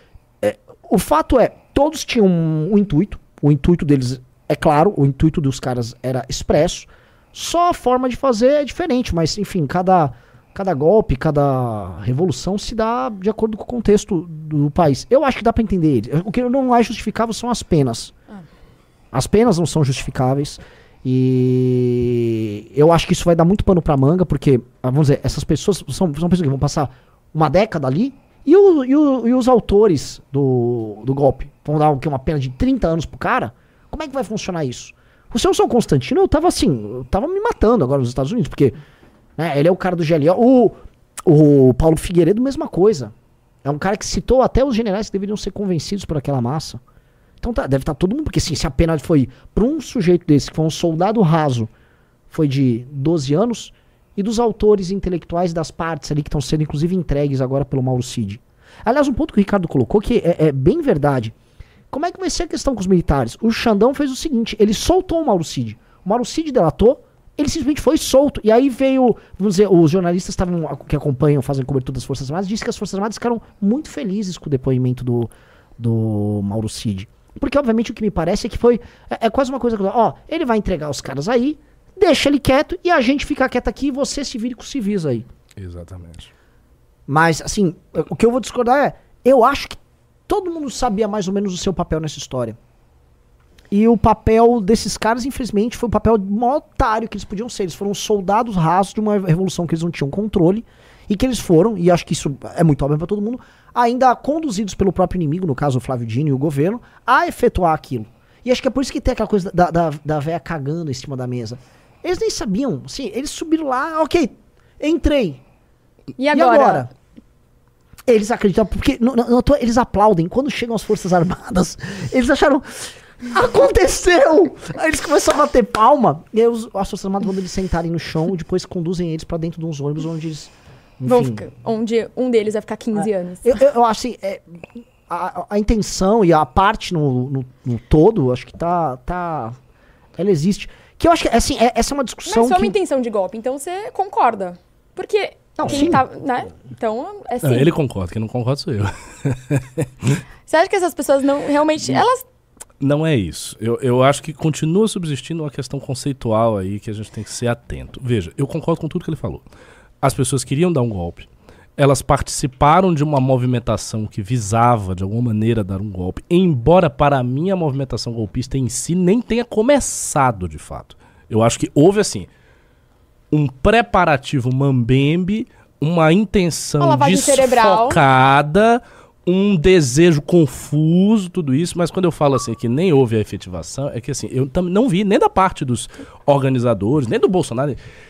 O fato é, todos tinham um intuito. O intuito deles, é claro, o intuito dos caras era expresso. Só a forma de fazer é diferente. Mas, enfim, cada golpe, cada revolução se dá de acordo com o contexto do país. Eu acho que dá pra entender ele. O que não é justificável são as penas. As penas não são justificáveis. E eu acho que isso vai dar muito pano pra manga, porque, vamos dizer, essas pessoas são pessoas que vão passar uma década ali, e os autores do golpe vão dar uma pena de 30 anos pro cara. Como é que vai funcionar isso? O Celso Constantino, eu tava me matando agora nos Estados Unidos, porque né, ele é o cara do GLO. O Paulo Figueiredo, mesma coisa. É um cara que citou até os generais que deveriam ser convencidos por aquela massa. Então deve estar todo mundo, porque assim, se a pena foi para um sujeito desse, que foi um soldado raso, foi de 12 anos, e dos autores intelectuais das partes ali, que estão sendo inclusive entregues agora pelo Mauro Cid. Aliás, um ponto que o Ricardo colocou, que é bem verdade. Como é que vai ser a questão com os militares? O Xandão fez o seguinte, ele soltou o Mauro Cid. O Mauro Cid delatou, ele simplesmente foi solto. E aí veio, vamos dizer, os jornalistas que acompanham, fazem cobertura das Forças Armadas, dizem que as Forças Armadas ficaram muito felizes com o depoimento do Mauro Cid. Porque, obviamente, o que me parece é que foi... É quase uma coisa que... ele vai entregar os caras aí, deixa ele quieto, e a gente fica quieto aqui e você se vire com os civis aí. Exatamente. Mas, assim, o que eu vou discordar é... Eu acho que todo mundo sabia mais ou menos o seu papel nessa história. E o papel desses caras, infelizmente, foi o papel maior otário que eles podiam ser. Eles foram soldados rasos de uma revolução que eles não tinham controle. E que eles foram, e acho que isso é muito óbvio pra todo mundo, ainda conduzidos pelo próprio inimigo, no caso o Flávio Dino e o governo, a efetuar aquilo. E acho que é por isso que tem aquela coisa da véia cagando em cima da mesa. Eles nem sabiam, assim, eles subiram lá, ok, entrei. E agora? Eles acreditam, porque eles aplaudem. Quando chegam as Forças Armadas, eles acharam... Aconteceu! Aí eles começam a bater palma. E aí as Forças Armadas mandam eles sentarem no chão e depois conduzem eles pra dentro de uns ônibus onde eles... onde um deles vai ficar 15 anos. Eu acho assim, a intenção e a parte no todo, acho que ela existe. Que eu acho que, assim, essa é uma discussão. Mas é uma intenção de golpe, então você concorda. Porque não, quem sim. tá, né? Então, é assim. Não, ele concorda, quem não concorda sou eu. Você acha que essas pessoas não, realmente, elas... Não é isso. Eu acho que continua subsistindo uma questão conceitual aí que a gente tem que ser atento. Veja, eu concordo com tudo que ele falou. As pessoas queriam dar um golpe. Elas participaram de uma movimentação que visava, de alguma maneira, dar um golpe. Embora, para mim, a movimentação golpista em si nem tenha começado, de fato. Eu acho que houve, assim, um preparativo mambembe, uma intenção desfocada, um desejo confuso, tudo isso. Mas quando eu falo, assim, que nem houve a efetivação, é que, assim, eu não vi nem da parte dos organizadores, nem do Bolsonaro...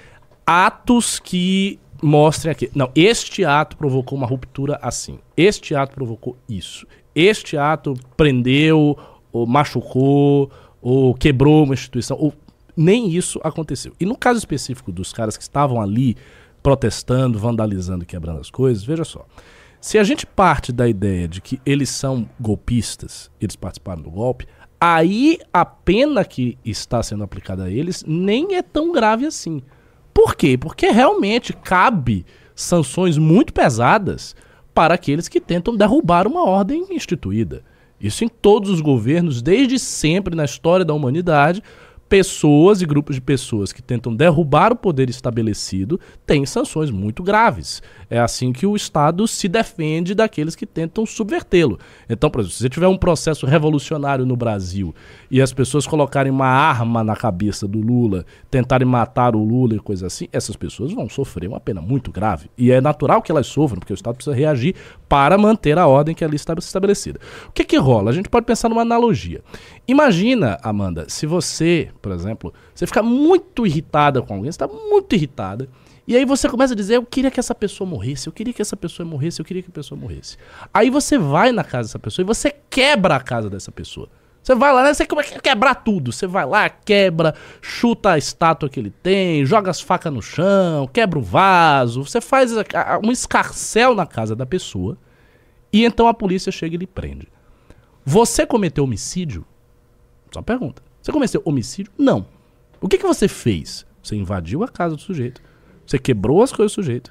atos que mostrem aqui. Não, este ato provocou uma ruptura assim. Este ato provocou isso. Este ato prendeu, ou machucou, ou quebrou uma instituição. Ou... Nem isso aconteceu. E no caso específico dos caras que estavam ali protestando, vandalizando e quebrando as coisas, veja só. Se a gente parte da ideia de que eles são golpistas, eles participaram do golpe, aí a pena que está sendo aplicada a eles nem é tão grave assim. Por quê? Porque realmente cabe sanções muito pesadas para aqueles que tentam derrubar uma ordem instituída. Isso em todos os governos, desde sempre na história da humanidade, pessoas e grupos de pessoas que tentam derrubar o poder estabelecido têm sanções muito graves. É assim que o Estado se defende daqueles que tentam subvertê-lo. Então, por exemplo, se você tiver um processo revolucionário no Brasil e as pessoas colocarem uma arma na cabeça do Lula, tentarem matar o Lula e coisa assim, essas pessoas vão sofrer uma pena muito grave. E é natural que elas sofram, porque o Estado precisa reagir para manter a ordem que ali está estabelecida. O que que rola? A gente pode pensar numa analogia. Imagina, Amanda, se você, por exemplo, você fica muito irritada com alguém, você está muito irritada, e aí você começa a dizer, eu queria que essa pessoa morresse, eu queria que essa pessoa morresse, eu queria que a pessoa morresse. Aí você vai na casa dessa pessoa e você quebra a casa dessa pessoa. Você vai lá, né, você quer quebrar tudo. Você vai lá, quebra, chuta a estátua que ele tem, joga as facas no chão, quebra o vaso, você faz um escarcéu na casa da pessoa, e então a polícia chega e lhe prende. Você cometeu homicídio? Só uma pergunta. Você cometeu homicídio? Não. O que você fez? Você invadiu a casa do sujeito. Você quebrou as coisas do sujeito.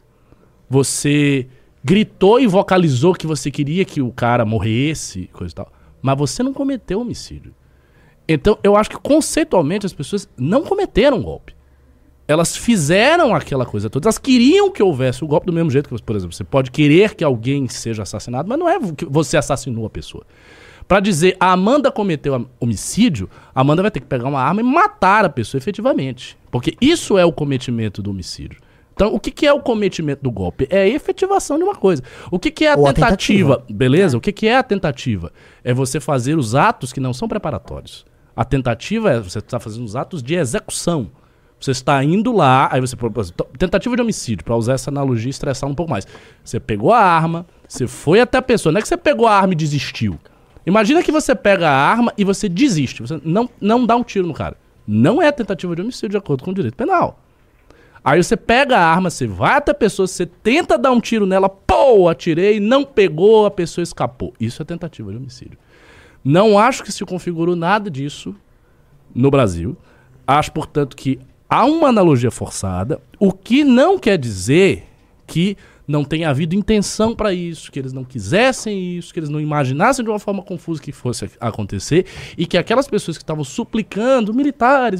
Você gritou e vocalizou que você queria que o cara morresse, coisa e tal. Mas você não cometeu homicídio. Então, eu acho que conceitualmente as pessoas não cometeram golpe. Elas fizeram aquela coisa toda. Elas queriam que houvesse o golpe do mesmo jeito que, por exemplo, você pode querer que alguém seja assassinado, mas não é que você assassinou a pessoa. Pra dizer a Amanda cometeu homicídio, a Amanda vai ter que pegar uma arma e matar a pessoa efetivamente. Porque isso é o cometimento do homicídio. Então, o que é o cometimento do golpe? É a efetivação de uma coisa. O que é a tentativa? Beleza? O que é a tentativa? É você fazer os atos que não são preparatórios. A tentativa é você estar fazendo os atos de execução. Você está indo lá, aí você... Tentativa de homicídio, para usar essa analogia e estressar um pouco mais. Você pegou a arma, você foi até a pessoa. Não é que você pegou a arma e desistiu. Imagina que você pega a arma e você desiste. Você não dá um tiro no cara. Não é tentativa de homicídio de acordo com o direito penal. Aí você pega a arma, você vai até a pessoa, você tenta dar um tiro nela, pô, atirei, não pegou, a pessoa escapou. Isso é tentativa de homicídio. Não acho que se configurou nada disso no Brasil. Acho, portanto, que há uma analogia forçada, o que não quer dizer que não tenha havido intenção para isso, que eles não quisessem isso, que eles não imaginassem de uma forma confusa que fosse acontecer e que aquelas pessoas que estavam suplicando, militares,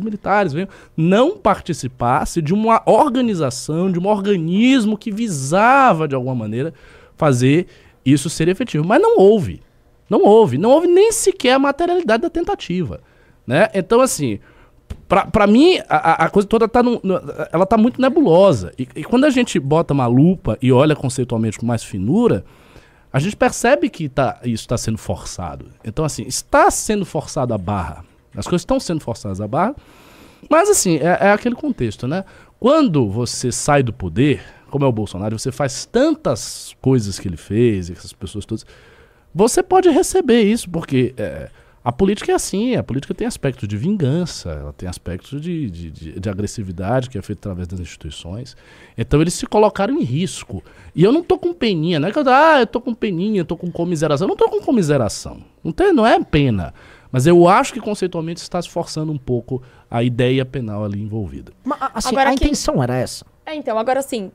não participassem de uma organização, de um organismo que visava, de alguma maneira, fazer isso ser efetivo. Mas não houve. Não houve nem sequer a materialidade da tentativa, né? Então, assim... Pra mim, a coisa toda ela tá muito nebulosa. E quando a gente bota uma lupa e olha conceitualmente com mais finura, a gente percebe que isso está sendo forçado. Então, assim, está sendo forçado a barra. As coisas estão sendo forçadas a barra. Mas, assim, é aquele contexto, né? Quando você sai do poder, como é o Bolsonaro, você faz tantas coisas que ele fez, essas pessoas todas, você pode receber isso, porque... A política é assim, a política tem aspectos de vingança, ela tem aspectos de agressividade que é feito através das instituições. Então eles se colocaram em risco. E eu não tô com peninha, não é que eu tô com peninha, eu tô com comiseração. Eu não tô com comiseração, não é pena. Mas eu acho que conceitualmente está se forçando um pouco a ideia penal ali envolvida. Mas, assim, agora, a intenção era essa? Então, agora sim.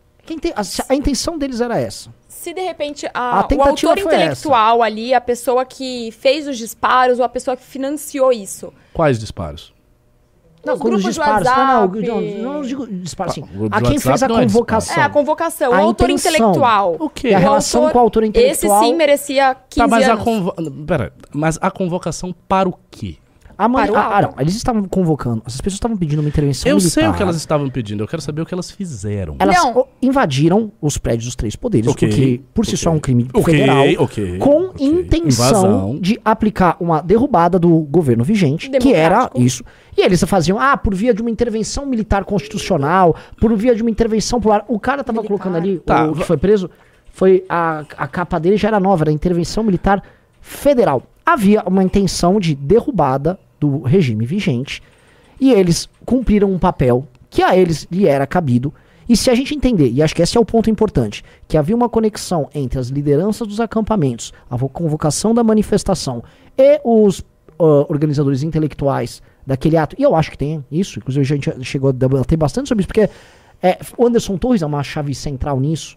A intenção deles era essa. Se de repente o autor intelectual ali, a pessoa que fez os disparos ou a pessoa que financiou isso. Quais disparos? Não, quando os disparos. Não digo disparos assim. A quem fez a convocação. A convocação, o autor intelectual. O quê? A relação com o autor intelectual. Esse sim merecia 15 anos. Mas a convocação para o quê? Não, eles estavam convocando, essas pessoas estavam pedindo uma intervenção militar. Eu sei o que elas estavam pedindo, eu quero saber o que elas fizeram. Elas invadiram os prédios dos 3 poderes, o que por si só é um crime federal, com intenção de aplicar uma derrubada do governo vigente, que era isso. E eles faziam, por via de uma intervenção militar constitucional, por via de uma intervenção popular. O cara tava colocando ali, o que foi preso, foi a capa dele já era nova, era intervenção militar federal. Havia uma intenção de derrubada do regime vigente e eles cumpriram um papel que a eles lhe era cabido. E se a gente entender, e acho que esse é o ponto importante, que havia uma conexão entre as lideranças dos acampamentos, a convocação da manifestação e os organizadores intelectuais daquele ato, e eu acho que tem isso, inclusive a gente chegou a debater bastante sobre isso, porque o Anderson Torres é uma chave central nisso,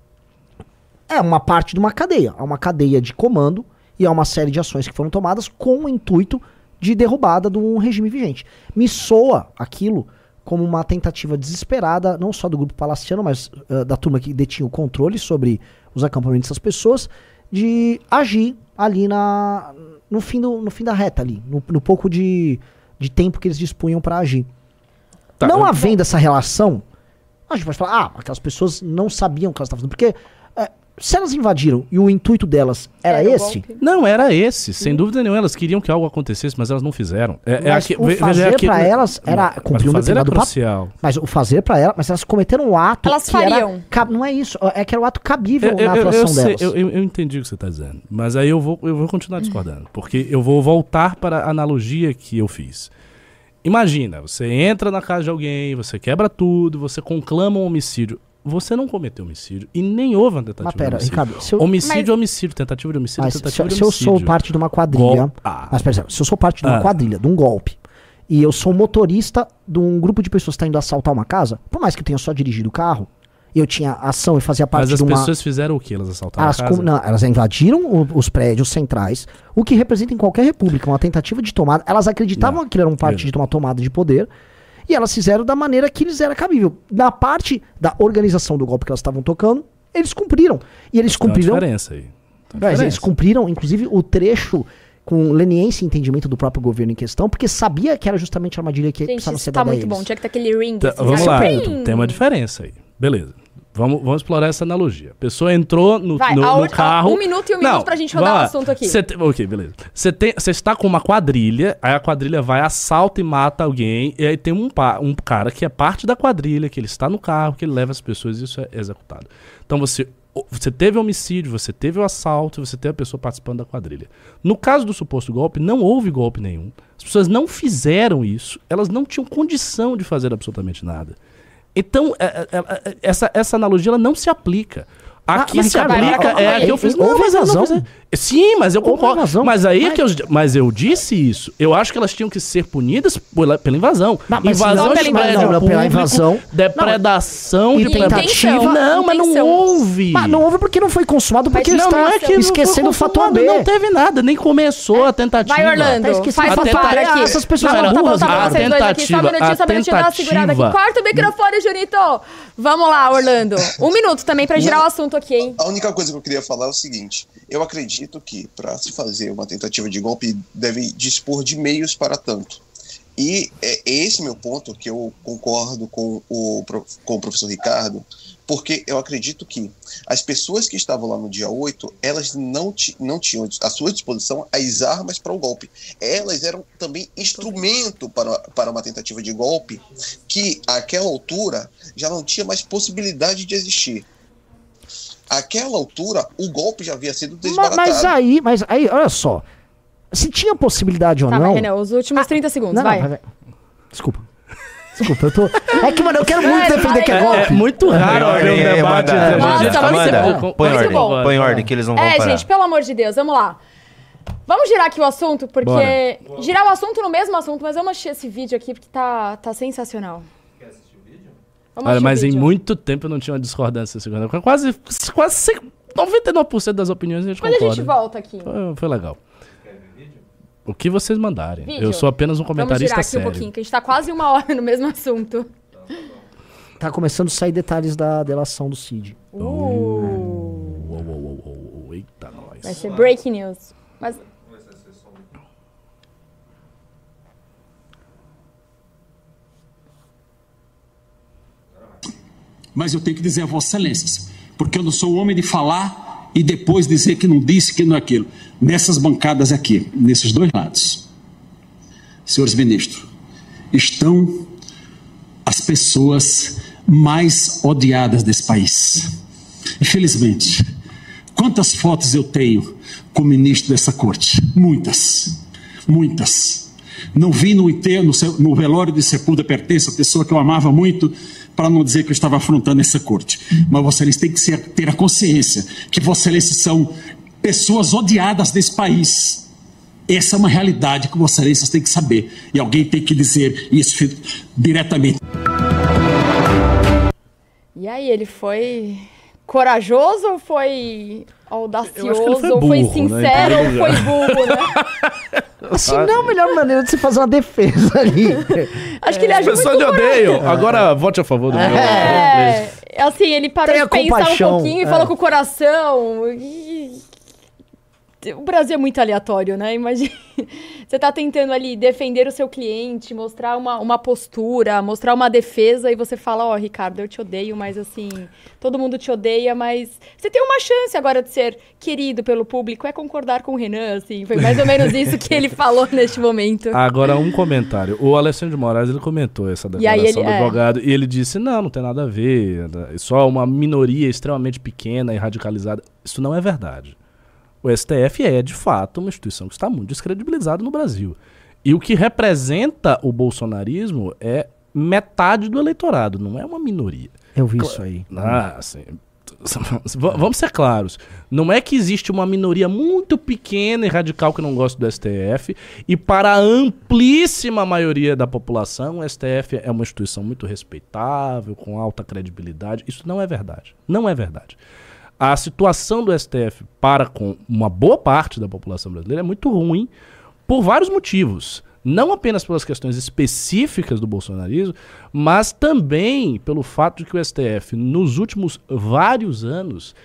é uma parte de uma cadeia de comando, e há uma série de ações que foram tomadas com o intuito de derrubada de um regime vigente. Me soa aquilo como uma tentativa desesperada, não só do grupo palaciano, mas da turma que detinha o controle sobre os acampamentos das pessoas, de agir ali no fim da reta ali, no pouco de tempo que eles dispunham para agir. Não havendo essa relação, a gente pode falar, aquelas pessoas não sabiam o que elas estavam fazendo, porque... Se elas invadiram e o intuito delas era esse... Não, era esse. Sem dúvida nenhuma. Elas queriam que algo acontecesse, mas elas não fizeram. O fazer pra elas era cumprir um determinado papel. Mas o fazer pra elas... Mas elas cometeram um ato... Elas fariam. Não é isso. É que era o ato cabível na atuação delas. Eu entendi o que você está dizendo. Mas aí eu vou continuar discordando. Porque eu vou voltar para a analogia que eu fiz. Imagina, você entra na casa de alguém, você quebra tudo, você conclama um homicídio. Você não cometeu homicídio e nem houve uma tentativa de homicídio. Ricardo, homicídio, tentativa de homicídio, tentativa de homicídio. Se eu sou parte de uma quadrilha... Mas, por exemplo, se eu sou parte de uma quadrilha, de um golpe, e eu sou motorista de um grupo de pessoas que está indo assaltar uma casa, por mais que eu tenha só dirigido o carro, eu tinha ação e fazia parte de uma... Mas as pessoas fizeram o quê? Elas assaltaram a casa? Não, elas invadiram os prédios centrais, o que representa em qualquer república uma tentativa de tomada. Elas acreditavam que eram parte de uma tomada de poder, e elas fizeram da maneira que lhes era cabível. Na parte da organização do golpe que elas estavam tocando, eles cumpriram. E eles cumpriram... Tem uma diferença aí. Mas eles cumpriram, inclusive, o trecho com leniência e entendimento do próprio governo em questão, porque sabia que era justamente a armadilha que precisava ser dada a eles. Muito bom, tinha que ter aquele ring. Tá, vamos lá, tem uma diferença aí. Beleza. Vamos explorar essa analogia. A pessoa entrou no carro... 1 minuto e 1 minuto pra gente rodar o assunto aqui. Ok, beleza. Você está com uma quadrilha, aí a quadrilha vai, assalta e mata alguém, e aí tem um cara que é parte da quadrilha, que ele está no carro, que ele leva as pessoas e isso é executado. Então você teve homicídio, você teve o assalto, você teve a pessoa participando da quadrilha. No caso do suposto golpe, não houve golpe nenhum. As pessoas não fizeram isso, elas não tinham condição de fazer absolutamente nada. Então, essa analogia ela não se aplica. Aqui se aplica a que eu fiz. Não, mas elas não fizeram. Sim, mas eu concordo. Mas eu disse isso. Eu acho que elas tinham que ser punidas pela invasão. Invasão de prédio público, depredação de tentativa. Não, mas não houve. Mas não houve porque não foi consumado, porque eles estão esquecendo o fator B. Não teve nada, nem começou a tentativa. Vai, Orlando, faz fanfara aqui. Essas pessoas são burras. A tentativa. Corta o microfone, Junito. Vamos lá, Orlando. 1 minuto também pra girar o assunto aqui, hein? A única coisa que eu queria falar é o seguinte: eu acredito que para se fazer uma tentativa de golpe deve dispor de meios para tanto. E é esse meu ponto que eu concordo com o professor Ricardo, porque eu acredito que as pessoas que estavam lá no dia 8, elas não tinham à sua disposição as armas para o golpe. Elas eram também instrumento para uma tentativa de golpe que, àquela altura, já não tinha mais possibilidade de existir. Àquela altura, o golpe já havia sido desbaratado. Mas aí, olha só. Se tinha possibilidade ou não... Vai, Renan, os últimos 30 segundos, vai. Desculpa, eu tô... É que, mano, eu quero muito defender que é golpe. É muito raro haver um debate. Põe ordem, que eles não vão parar. Gente, pelo amor de Deus, vamos lá. Vamos girar aqui o assunto, porque... Girar o assunto no mesmo assunto, mas vamos assistir esse vídeo aqui, porque tá sensacional. Quer assistir o vídeo? Olha, mas em muito tempo eu não tinha uma discordância segunda. Quase 99% das opiniões a gente concorda. Quando a gente volta aqui. Foi legal. O que vocês mandarem. Vídeo. Eu sou apenas um comentarista sério. Vamos girar aqui um pouquinho, que a gente tá quase 1 hora no mesmo assunto. Tá começando a sair detalhes da delação do Cid. Eita, nós. Vai ser breaking news. Mas eu tenho que dizer a Vossa Excelências, porque eu não sou o homem de falar e depois dizer que não disse, que não é aquilo. Nessas bancadas aqui, nesses dois lados, senhores ministros, estão as pessoas mais odiadas desse país. Infelizmente, quantas fotos eu tenho com o ministro dessa corte? Muitas. Não vi no enterro, no velório de Sepúlveda Pertence, a pessoa que eu amava muito, para não dizer que eu estava afrontando essa corte. Mas Vossa Excelência tem que ter a consciência que Vossa Excelência são pessoas odiadas desse país. Essa é uma realidade que Vossa Excelência tem que saber. E alguém tem que dizer isso diretamente. E aí, ele foi corajoso ou foi audacioso? Ou foi sincero, né? Ou foi burro, né? Assim, não é a melhor maneira de se fazer uma defesa ali. Acho que ele agiu muito pessoas odeiam. Agora vote a favor do meu. Assim, ele parou de pensar um pouquinho e falou com o coração. O Brasil é muito aleatório, né? Imagina. Você tá tentando ali defender o seu cliente, mostrar uma postura, mostrar uma defesa, e você fala, Ricardo, eu te odeio, mas assim, todo mundo te odeia, mas você tem uma chance agora de ser querido pelo público, é concordar com o Renan, assim. Foi mais ou menos isso que ele falou neste momento. Agora, um comentário. O Alexandre de Moraes, ele comentou essa declaração do advogado, e ele disse, não tem nada a ver, só uma minoria extremamente pequena e radicalizada. Isso não é verdade. O STF é, de fato, uma instituição que está muito descredibilizada no Brasil. E o que representa o bolsonarismo é metade do eleitorado, não é uma minoria. Eu vi isso aí. Assim, vamos ser claros. Não é que existe uma minoria muito pequena e radical que não gosta do STF, e para a amplíssima maioria da população, o STF é uma instituição muito respeitável, com alta credibilidade. Isso não é verdade. Não é verdade. A situação do STF para com uma boa parte da população brasileira é muito ruim por vários motivos. Não apenas pelas questões específicas do bolsonarismo, mas também pelo fato de que o STF, nos últimos vários anos,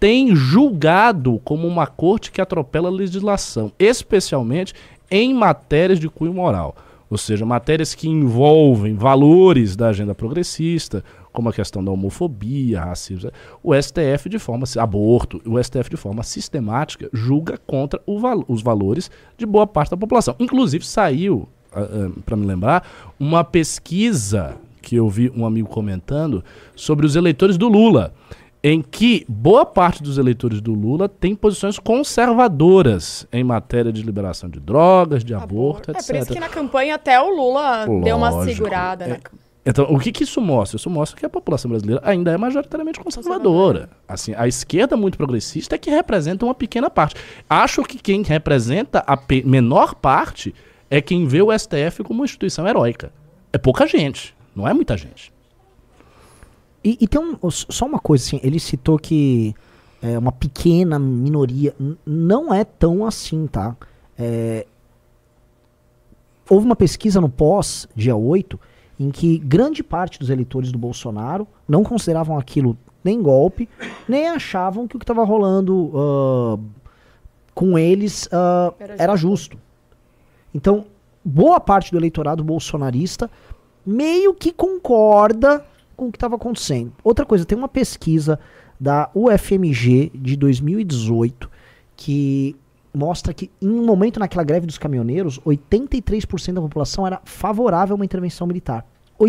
tem julgado como uma corte que atropela a legislação, especialmente em matérias de cunho moral. Ou seja, matérias que envolvem valores da agenda progressista, como a questão da homofobia, racismo, o STF de forma aborto, o STF de forma sistemática julga contra os valores de boa parte da população. Inclusive saiu, para me lembrar, uma pesquisa que eu vi um amigo comentando sobre os eleitores do Lula, em que boa parte dos eleitores do Lula tem posições conservadoras em matéria de liberação de drogas, de aborto, etc. É por isso que na campanha até o Lula deu uma segurada. Então, o que isso mostra? Isso mostra que a população brasileira ainda é majoritariamente conservadora. Assim, a esquerda muito progressista é que representa uma pequena parte. Acho que quem representa a menor parte é quem vê o STF como uma instituição heróica. É pouca gente, não é muita gente. E tem só uma coisa, assim, ele citou que uma pequena minoria, não é tão assim, tá? Houve uma pesquisa no pós, dia 8, em que grande parte dos eleitores do Bolsonaro não consideravam aquilo nem golpe, nem achavam que o que estava rolando com eles era justo. Então, boa parte do eleitorado bolsonarista meio que concorda com o que estava acontecendo. Outra coisa, tem uma pesquisa da UFMG de 2018 que mostra que em um momento naquela greve dos caminhoneiros, 83% da população era favorável a uma intervenção militar.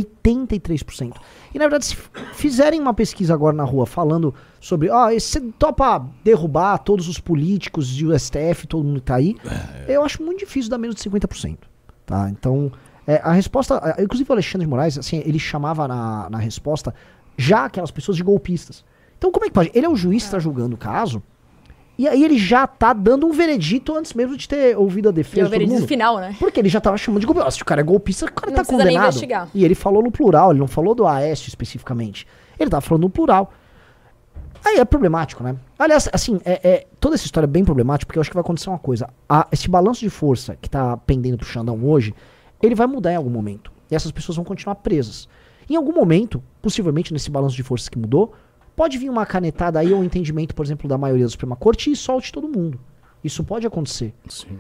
83%. E na verdade, se fizerem uma pesquisa agora na rua falando sobre, você topa derrubar todos os políticos e o STF, todo mundo que tá aí, eu acho muito difícil dar menos de 50%. Tá? Então, a resposta, inclusive o Alexandre de Moraes, assim, ele chamava na resposta já aquelas pessoas de golpistas. Então como é que pode? Ele é o juiz que está julgando o caso, e aí ele já tá dando um veredito antes mesmo de ter ouvido a defesa. E o veredito final, né? Porque ele já tava chamando de golpista. Se o cara é golpista, o cara não tá condenado. Nem investigar. E ele falou no plural, ele não falou do Aécio especificamente. Ele tava falando no plural. Aí é problemático, né? Aliás, assim, toda essa história é bem problemática, porque eu acho que vai acontecer uma coisa. Esse balanço de força que tá pendendo pro Xandão hoje, ele vai mudar em algum momento. E essas pessoas vão continuar presas. Em algum momento, possivelmente nesse balanço de forças que mudou, pode vir uma canetada aí, ou um entendimento, por exemplo, da maioria da Suprema Corte e solte todo mundo. Isso pode acontecer. Sim.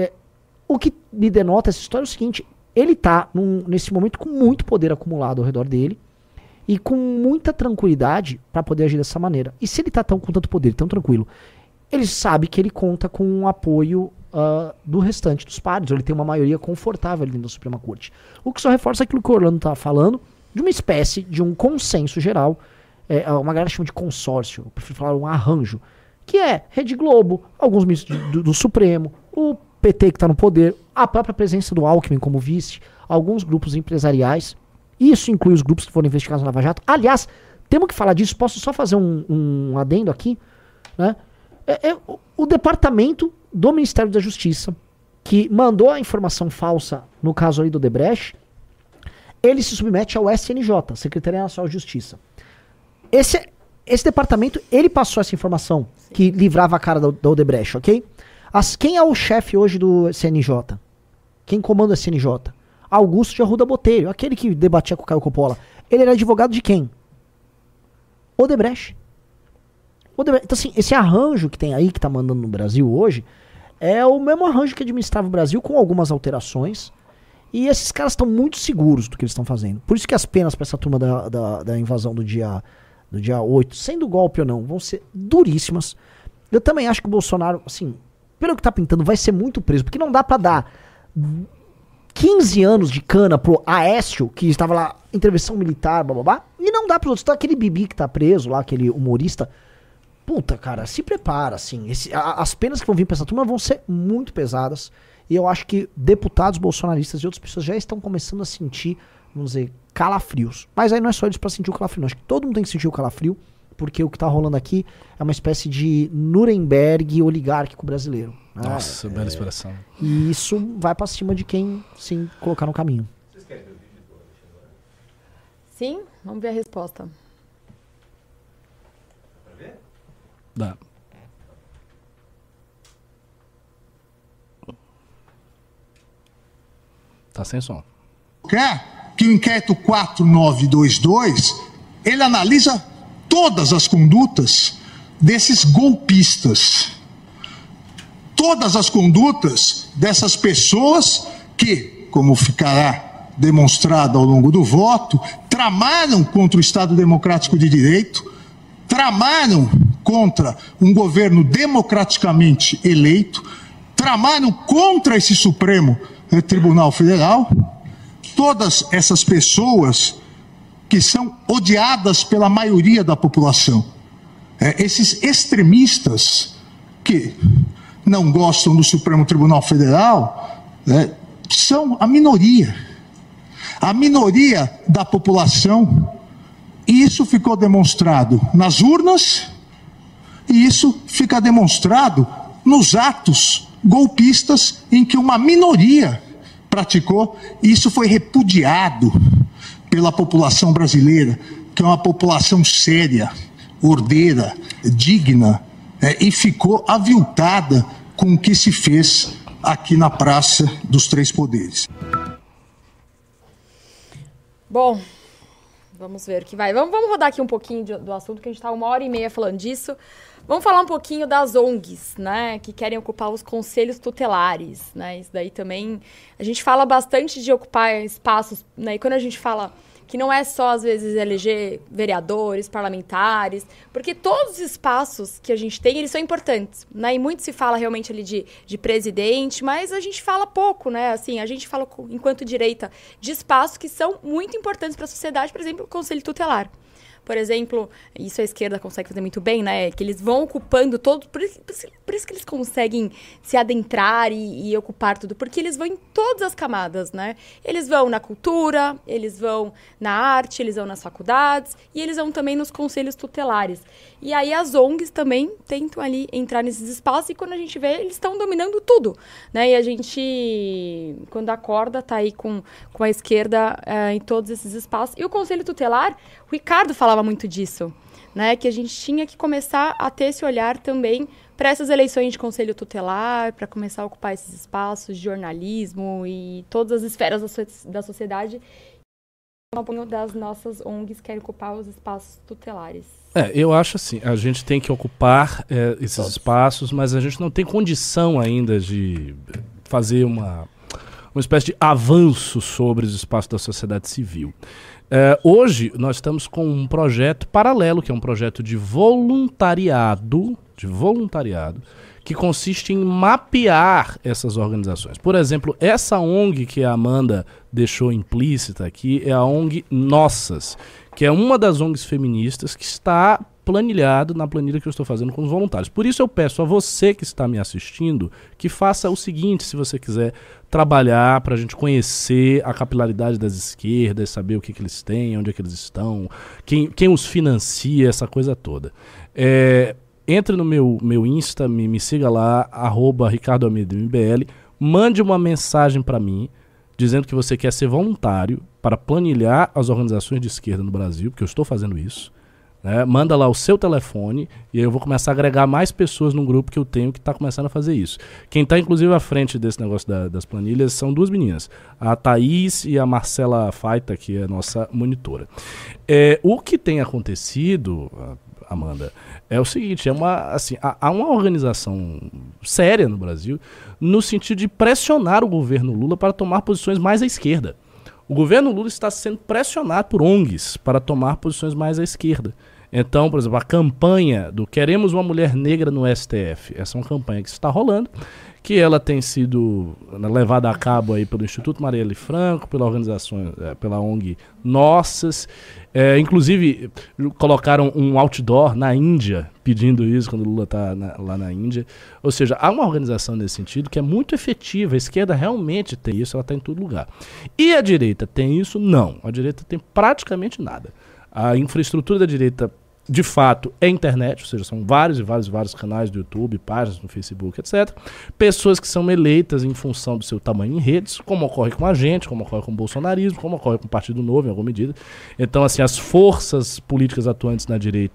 O que me denota essa história é o seguinte: ele tá, nesse momento, com muito poder acumulado ao redor dele e com muita tranquilidade para poder agir dessa maneira. E se ele tá com tanto poder, tão tranquilo, ele sabe que ele conta com o apoio do restante dos pares. Ele tem uma maioria confortável dentro da Suprema Corte. O que só reforça aquilo que o Orlando tá falando, de uma espécie de um consenso geral. Uma galera chama de consórcio, eu prefiro falar um arranjo, que é Rede Globo, alguns ministros do Supremo, o PT que está no poder, a própria presença do Alckmin como vice, alguns grupos empresariais. Isso inclui os grupos que foram investigados na Lava Jato. Aliás, temos que falar disso, posso só fazer um adendo aqui, né? O departamento do Ministério da Justiça, que mandou a informação falsa no caso ali do Odebrecht, ele se submete ao SNJ, Secretaria Nacional de Justiça. Esse departamento, ele passou essa informação. Sim. Que livrava a cara da Odebrecht, ok? Quem é o chefe hoje do CNJ? Quem comanda o CNJ? Augusto de Arruda Botelho, aquele que debatia com o Caio Coppola. Ele era advogado de quem? Odebrecht. Então assim, esse arranjo que tem aí, que tá mandando no Brasil hoje, é o mesmo arranjo que administrava o Brasil, com algumas alterações. E esses caras estão muito seguros do que eles estão fazendo. Por isso que as penas para essa turma da invasão do dia 8, sendo golpe ou não, vão ser duríssimas. Eu também acho que o Bolsonaro, assim, pelo que tá pintando, vai ser muito preso, porque não dá pra dar 15 anos de cana pro Aécio, que estava lá, intervenção militar, blá, e não dá pros outros. Então aquele Bibi que tá preso lá, aquele humorista, puta, cara, se prepara, assim. As penas que vão vir pra essa turma vão ser muito pesadas, e eu acho que deputados bolsonaristas e outras pessoas já estão começando a sentir, vamos dizer, calafrios. Mas aí não é só eles pra sentir o calafrio, não. Acho que todo mundo tem que sentir o calafrio, porque o que tá rolando aqui é uma espécie de Nuremberg oligárquico brasileiro. Nossa, bela expressão. E isso vai pra cima de quem, sim, colocar no caminho. Vocês querem ver o vídeo do Alexandre? Sim, vamos ver a resposta. Pra ver? Dá. Tá sem som. Quer que o inquérito 4922, ele analisa todas as condutas desses golpistas. Todas as condutas dessas pessoas que, como ficará demonstrado ao longo do voto, tramaram contra o Estado Democrático de Direito, tramaram contra um governo democraticamente eleito, tramaram contra esse Supremo Tribunal Federal. Todas essas pessoas que são odiadas pela maioria da população. Esses extremistas que não gostam do Supremo Tribunal Federal são a minoria da população, e isso ficou demonstrado nas urnas, e isso fica demonstrado nos atos golpistas em que uma minoria praticou, e isso foi repudiado pela população brasileira, que é uma população séria, ordeira, digna, e ficou aviltada com o que se fez aqui na Praça dos Três Poderes. Bom, vamos ver o que vai. Vamos rodar aqui um pouquinho do assunto, que a gente está 1h30 falando disso. Vamos falar um pouquinho das ONGs, né, que querem ocupar os conselhos tutelares, né, isso daí também, a gente fala bastante de ocupar espaços, né, e quando a gente fala que não é só, às vezes, eleger vereadores, parlamentares, porque todos os espaços que a gente tem, eles são importantes, né, e muito se fala realmente ali de presidente, mas a gente fala pouco, né, assim, a gente fala, enquanto direita, de espaços que são muito importantes para a sociedade, por exemplo, o Conselho Tutelar. Por exemplo, isso a esquerda consegue fazer muito bem, né? Que eles vão ocupando todo... Por isso que eles conseguem se adentrar e ocupar tudo. Porque eles vão em todas as camadas, né? Eles vão na cultura, eles vão na arte, eles vão nas faculdades e eles vão também nos conselhos tutelares. E aí as ONGs também tentam ali entrar nesses espaços e quando a gente vê, eles estão dominando tudo, né? E a gente, quando acorda, tá aí com a esquerda em todos esses espaços. E o Conselho Tutelar, o Ricardo falava muito disso, né? Que a gente tinha que começar a ter esse olhar também para essas eleições de conselho tutelar, para começar a ocupar esses espaços de jornalismo e todas as esferas da sociedade. O apoio das nossas ONGs querem ocupar os espaços tutelares. Eu acho assim, a gente tem que ocupar esses espaços, mas a gente não tem condição ainda de fazer uma espécie de avanço sobre os espaços da sociedade civil. Hoje nós estamos com um projeto paralelo, que é um projeto de voluntariado, que consiste em mapear essas organizações. Por exemplo, essa ONG que a Amanda deixou implícita aqui é a ONG Nossas, que é uma das ONGs feministas que está planilhado na planilha que eu estou fazendo com os voluntários. Por isso eu peço a você que está me assistindo que faça o seguinte, se você quiser trabalhar para a gente conhecer a capilaridade das esquerdas, saber o que eles têm, onde é que eles estão, quem os financia, essa coisa toda. Entre no meu Insta, me siga lá, @RicardoAlmeidaMBL, mande uma mensagem para mim, dizendo que você quer ser voluntário para planilhar as organizações de esquerda no Brasil, porque eu estou fazendo isso. Manda lá o seu telefone e aí eu vou começar a agregar mais pessoas num grupo que eu tenho que está começando a fazer isso. Quem está inclusive à frente desse negócio das planilhas são duas meninas, a Thaís e a Marcela Faita, que é a nossa monitora. O que tem acontecido, Amanda, é o seguinte, há uma organização séria no Brasil no sentido de pressionar o governo Lula para tomar posições mais à esquerda. O governo Lula está sendo pressionado por ONGs para tomar posições mais à esquerda. Então, por exemplo, a campanha do Queremos uma Mulher Negra no STF, essa é uma campanha que está rolando, que ela tem sido levada a cabo aí pelo Instituto Marielle Franco, pela organização, pela ONG Nossas. Inclusive, colocaram um outdoor na Índia pedindo isso quando o Lula está lá na Índia. Ou seja, há uma organização nesse sentido que é muito efetiva. A esquerda realmente tem isso, ela está em todo lugar. E a direita tem isso? Não. A direita tem praticamente nada. A infraestrutura da direita, de fato, é internet, ou seja, são vários canais do YouTube, páginas no Facebook, etc. Pessoas que são eleitas em função do seu tamanho em redes, como ocorre com a gente, como ocorre com o bolsonarismo, como ocorre com o Partido Novo, em alguma medida. Então, assim, as forças políticas atuantes na direita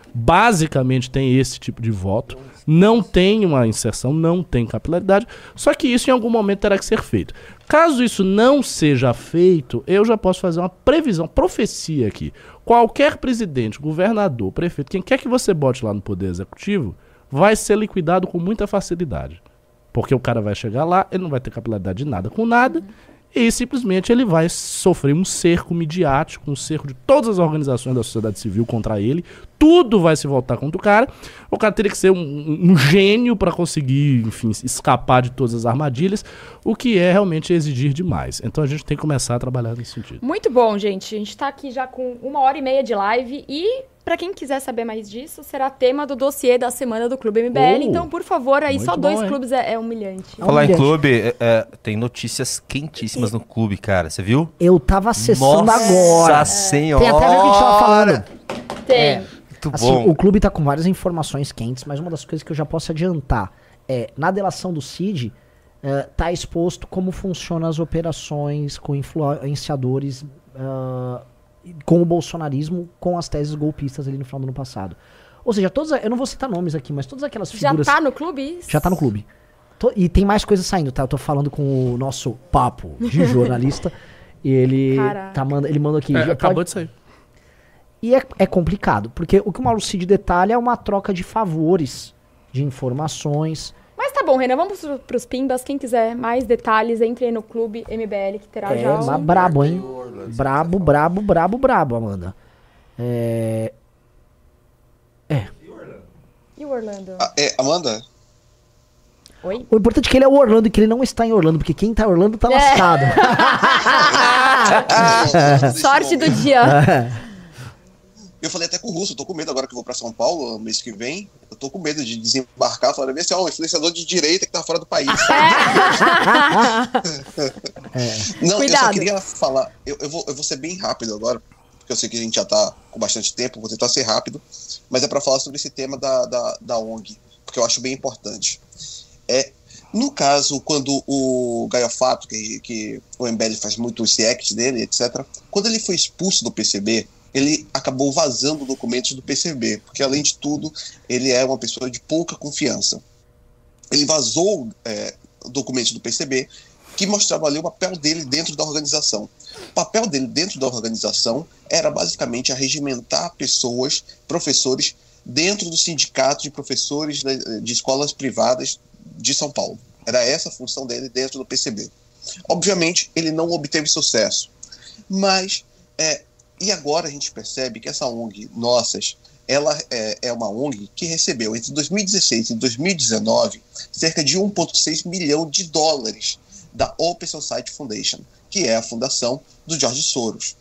basicamente tem esse tipo de voto, não tem uma inserção, não tem capilaridade, só que isso em algum momento terá que ser feito. Caso isso não seja feito, eu já posso fazer uma previsão, profecia aqui. Qualquer presidente, governador, prefeito, quem quer que você bote lá no poder executivo, vai ser liquidado com muita facilidade. Porque o cara vai chegar lá, ele não vai ter capilaridade de nada com nada, e simplesmente ele vai sofrer um cerco midiático, um cerco de todas as organizações da sociedade civil contra ele, tudo vai se voltar contra o cara teria que ser um gênio para conseguir, enfim, escapar de todas as armadilhas, o que é realmente exigir demais. Então a gente tem que começar a trabalhar nesse sentido. Muito bom, gente. A gente tá aqui já com 1h30 de live e, para quem quiser saber mais disso, será tema do dossiê da semana do Clube MBL. Então, por favor, aí só 2 clubes é humilhante. Falar em clube, tem notícias quentíssimas no clube, cara. Você viu? Eu tava acessando agora. Nossa senhora! Tem até a ver com o que a gente tava falando. Tem. Muito Assim, bom. o clube tá com várias informações quentes, mas uma das coisas que eu já posso adiantar é, na delação do Cid, tá exposto como funcionam as operações com influenciadores com o bolsonarismo, com as teses golpistas ali no final do ano passado. Ou seja, eu não vou citar nomes aqui, mas todas aquelas figuras... Já tá no clube? Já tá no clube. E tem mais coisas saindo, tá? Eu tô falando com o nosso papo de jornalista, e ele ele mandou aqui... Acabou de sair. E é complicado, porque o que o Mauro Cid detalha é uma troca de favores, de informações. Mas tá bom, Renan, vamos pros pimbas. Quem quiser mais detalhes, entre aí no Clube MBL, que terá já mas brabo, hein? Brabo, Amanda. E o Orlando? Amanda? Oi? O importante é que ele é o Orlando e que ele não está em Orlando, porque quem tá em Orlando tá lascado. Sorte do dia. Eu falei até com o Russo, eu tô com medo agora que eu vou pra São Paulo, mês que vem. Eu tô com medo de desembarcar, falar, ver se é um influenciador de direita que tá fora do país. Não, Cuidado. eu só queria falar, eu vou ser bem rápido agora, porque eu sei que a gente já tá com bastante tempo, vou tentar ser rápido, mas é pra falar sobre esse tema da ONG, porque eu acho bem importante. No caso, quando o Gaio Fato, que o MBL faz muito esse act dele, etc., quando ele foi expulso do PCB, ele acabou vazando documentos do PCB, porque, além de tudo, ele é uma pessoa de pouca confiança. Ele vazou documentos do PCB que mostravam ali o papel dele dentro da organização. O papel dele dentro da organização era, basicamente, arregimentar pessoas, professores, dentro do sindicato de professores de escolas privadas de São Paulo. Era essa a função dele dentro do PCB. Obviamente, ele não obteve sucesso, mas... E agora a gente percebe que essa ONG Nossas, ela é uma ONG que recebeu entre 2016 e 2019 cerca de 1,6 milhão de dólares da Open Society Foundation, que é a fundação do George Soros.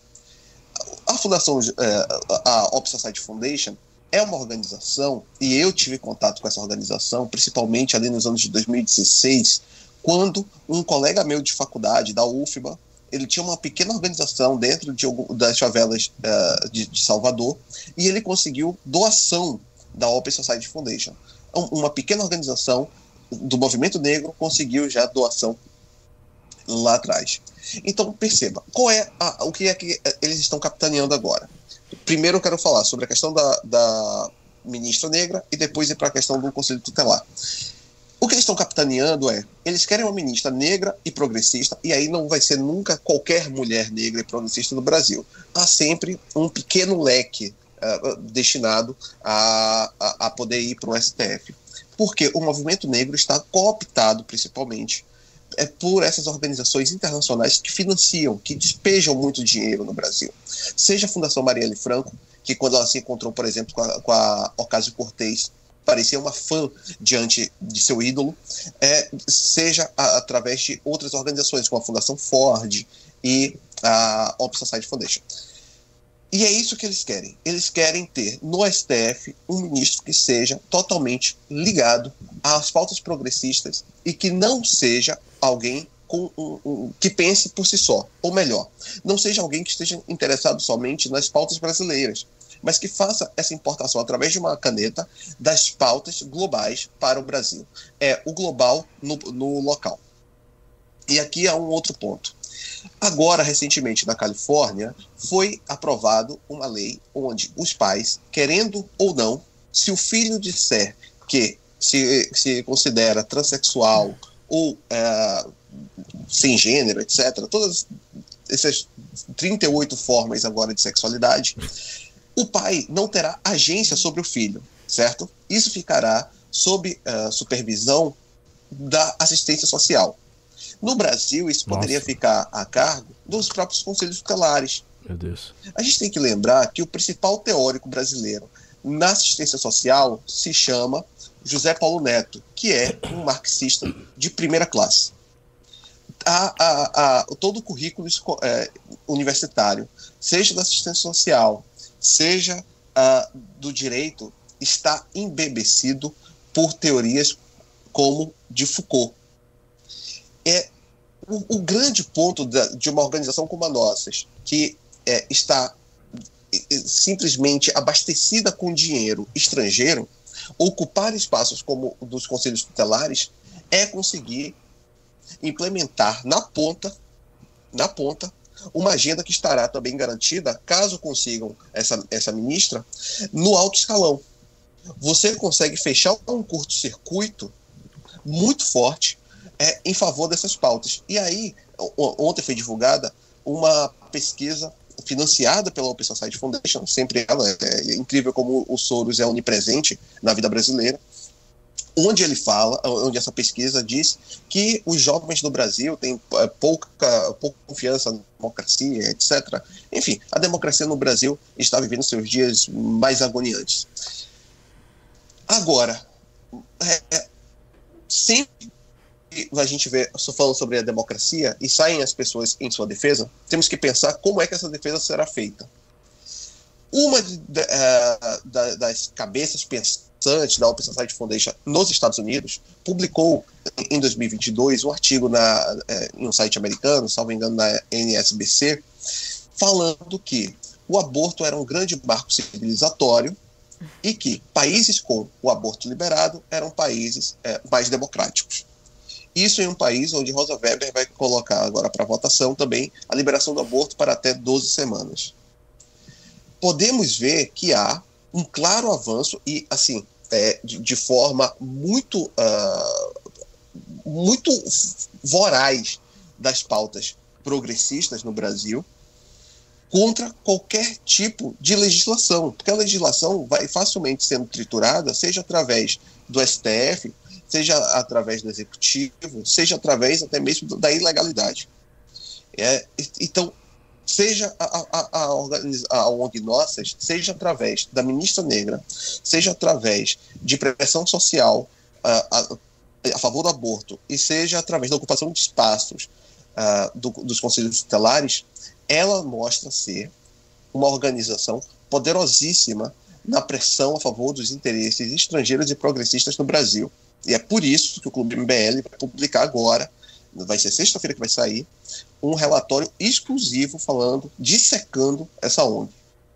A Open Society Foundation é uma organização, e eu tive contato com essa organização, principalmente ali nos anos de 2016, quando um colega meu de faculdade, da UFBA, ele tinha uma pequena organização dentro das favelas de Salvador, e ele conseguiu doação da Open Society Foundation. Uma pequena organização do movimento negro conseguiu já doação lá atrás. Então, perceba, o que é que eles estão capitaneando agora? Primeiro eu quero falar sobre a questão da ministra negra e depois ir para a questão do Conselho Tutelar. O que eles estão capitaneando eles querem uma ministra negra e progressista, e aí não vai ser nunca qualquer mulher negra e progressista no Brasil. Há sempre um pequeno leque destinado a poder ir para o STF. Porque o movimento negro está cooptado, principalmente, por essas organizações internacionais que financiam, que despejam muito dinheiro no Brasil. Seja a Fundação Marielle Franco, que quando ela se encontrou, por exemplo, com a Ocasio-Cortez, parecia uma fã diante de seu ídolo, seja através de outras organizações, como a Fundação Ford e a Open Society Foundation. E é isso que eles querem. Eles querem ter no STF um ministro que seja totalmente ligado às pautas progressistas e que não seja alguém que pense por si só, ou melhor, não seja alguém que esteja interessado somente nas pautas brasileiras, mas que faça essa importação através de uma caneta das pautas globais para o Brasil. O global no local. E aqui há um outro ponto. Agora, recentemente, na Califórnia, foi aprovado uma lei onde os pais, querendo ou não, se o filho disser que se considera transexual ou sem gênero, etc., todas essas 38 formas agora de sexualidade, o pai não terá agência sobre o filho, certo? Isso ficará sob supervisão da assistência social. No Brasil, isso poderia ficar a cargo dos próprios conselhos tutelares. Meu Deus. A gente tem que lembrar que o principal teórico brasileiro na assistência social se chama José Paulo Neto, que é um marxista de primeira classe. Todo o currículo universitário, seja da assistência social, seja do direito, está embebecido por teorias como de Foucault. O grande ponto de uma organização como a nossa, que está simplesmente abastecida com dinheiro estrangeiro, ocupar espaços como o dos conselhos tutelares, é conseguir implementar na ponta, uma agenda que estará também garantida, caso consigam essa ministra, no alto escalão. Você consegue fechar um curto-circuito muito forte em favor dessas pautas. E aí, ontem foi divulgada uma pesquisa financiada pela Open Society Foundation, sempre ela, é incrível como o Soros é onipresente na vida brasileira, onde essa pesquisa diz que os jovens do Brasil têm pouca confiança na democracia, etc. Enfim, a democracia no Brasil está vivendo seus dias mais agoniantes. Agora, sempre que a gente vê falando sobre a democracia e saem as pessoas em sua defesa, temos que pensar como é que essa defesa será feita. Uma das cabeças pensantes da Open Society Foundation nos Estados Unidos publicou em 2022 um artigo em um site americano, salvo engano na NSBC, falando que o aborto era um grande marco civilizatório e que países com o aborto liberado eram países mais democráticos. Isso em um país onde Rosa Weber vai colocar agora para votação também a liberação do aborto para até 12 semanas. Podemos ver que há um claro avanço e, assim, de forma muito voraz das pautas progressistas no Brasil contra qualquer tipo de legislação, porque a legislação vai facilmente sendo triturada, seja através do STF, seja através do Executivo, seja através até mesmo da ilegalidade. Então, seja a ONG Nossas, seja através da ministra negra, seja através de pressão social a favor do aborto, e seja através da ocupação de espaços dos conselhos tutelares, ela mostra ser uma organização poderosíssima na pressão a favor dos interesses estrangeiros e progressistas no Brasil. E é por isso que o Clube MBL vai publicar agora, vai ser sexta-feira que vai sair, um relatório exclusivo dissecando essa ONG.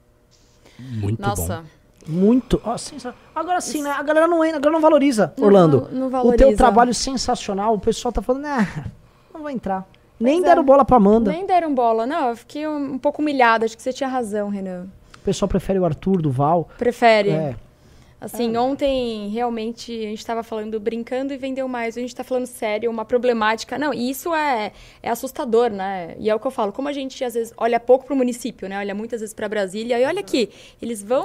Muito bom. Muito. Agora sim, né? A galera não valoriza, Orlando. Não valoriza. O teu trabalho sensacional, o pessoal tá falando, não vai entrar. Nem deram bola pra Amanda. Nem deram bola. Não, eu fiquei um pouco humilhada. Acho que você tinha razão, Renan. O pessoal prefere o Arthur Duval. Prefere. Assim, ontem, realmente, a gente estava falando, brincando e vendeu mais. A gente está falando sério, uma problemática. Não, e isso é assustador, né? E é o que eu falo, como a gente, às vezes, olha pouco para o município, né? Olha muitas vezes para Brasília. E olha aqui, eles vão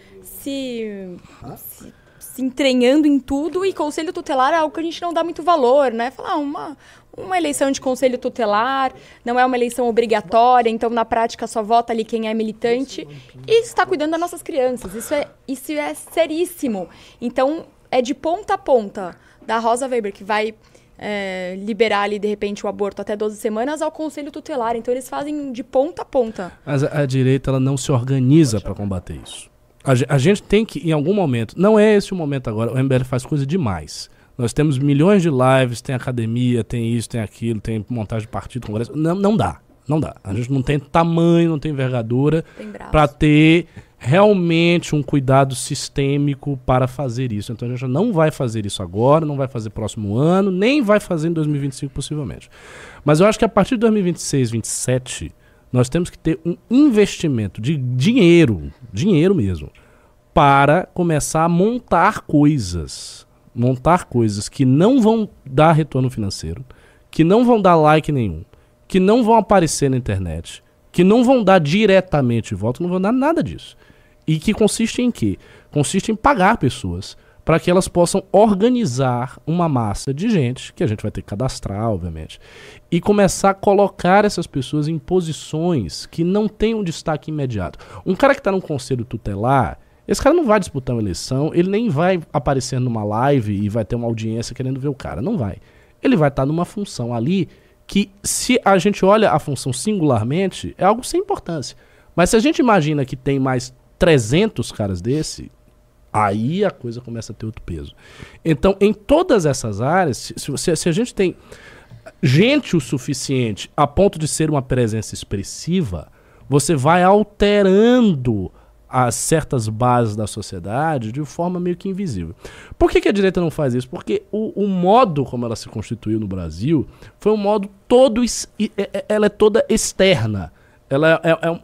se entranhando em tudo e conselho tutelar é algo que a gente não dá muito valor, né? Falar, uma eleição de conselho tutelar, não é uma eleição obrigatória, então na prática só vota ali quem é militante e está cuidando das nossas crianças. Isso é seríssimo. Então, é de ponta a ponta, da Rosa Weber, que vai liberar ali, de repente, o aborto até 12 semanas, ao conselho tutelar. Então, eles fazem de ponta a ponta. Mas a direita ela não se organiza para combater isso. A gente tem que, em algum momento, não é esse o momento agora, o MBL faz coisa demais. Nós temos milhões de lives, tem academia, tem isso, tem aquilo, tem montagem de partido, congresso. Não dá. A gente não tem tamanho, não tem envergadura para ter realmente um cuidado sistêmico para fazer isso. Então a gente não vai fazer isso agora, não vai fazer próximo ano, nem vai fazer em 2025 possivelmente. Mas eu acho que a partir de 2026, 2027, nós temos que ter um investimento de dinheiro mesmo, para começar a montar coisas que não vão dar retorno financeiro, que não vão dar like nenhum, que não vão aparecer na internet, que não vão dar diretamente volta, não vão dar nada disso. E que consiste em quê? Consiste em pagar pessoas para que elas possam organizar uma massa de gente, que a gente vai ter que cadastrar, obviamente, e começar a colocar essas pessoas em posições que não têm um destaque imediato. Um cara que está num conselho tutelar, esse cara não vai disputar uma eleição, ele nem vai aparecer numa live e vai ter uma audiência querendo ver o cara, não vai. Ele vai estar numa função ali que, se a gente olha a função singularmente, é algo sem importância. Mas se a gente imagina que tem mais 300 caras desse, aí a coisa começa a ter outro peso. Então, em todas essas áreas, se a gente tem gente o suficiente a ponto de ser uma presença expressiva, você vai alterando as certas bases da sociedade de forma meio que invisível. Por que a direita não faz isso? Porque o modo como ela se constituiu no Brasil foi um modo todo... Ela é toda externa. Ela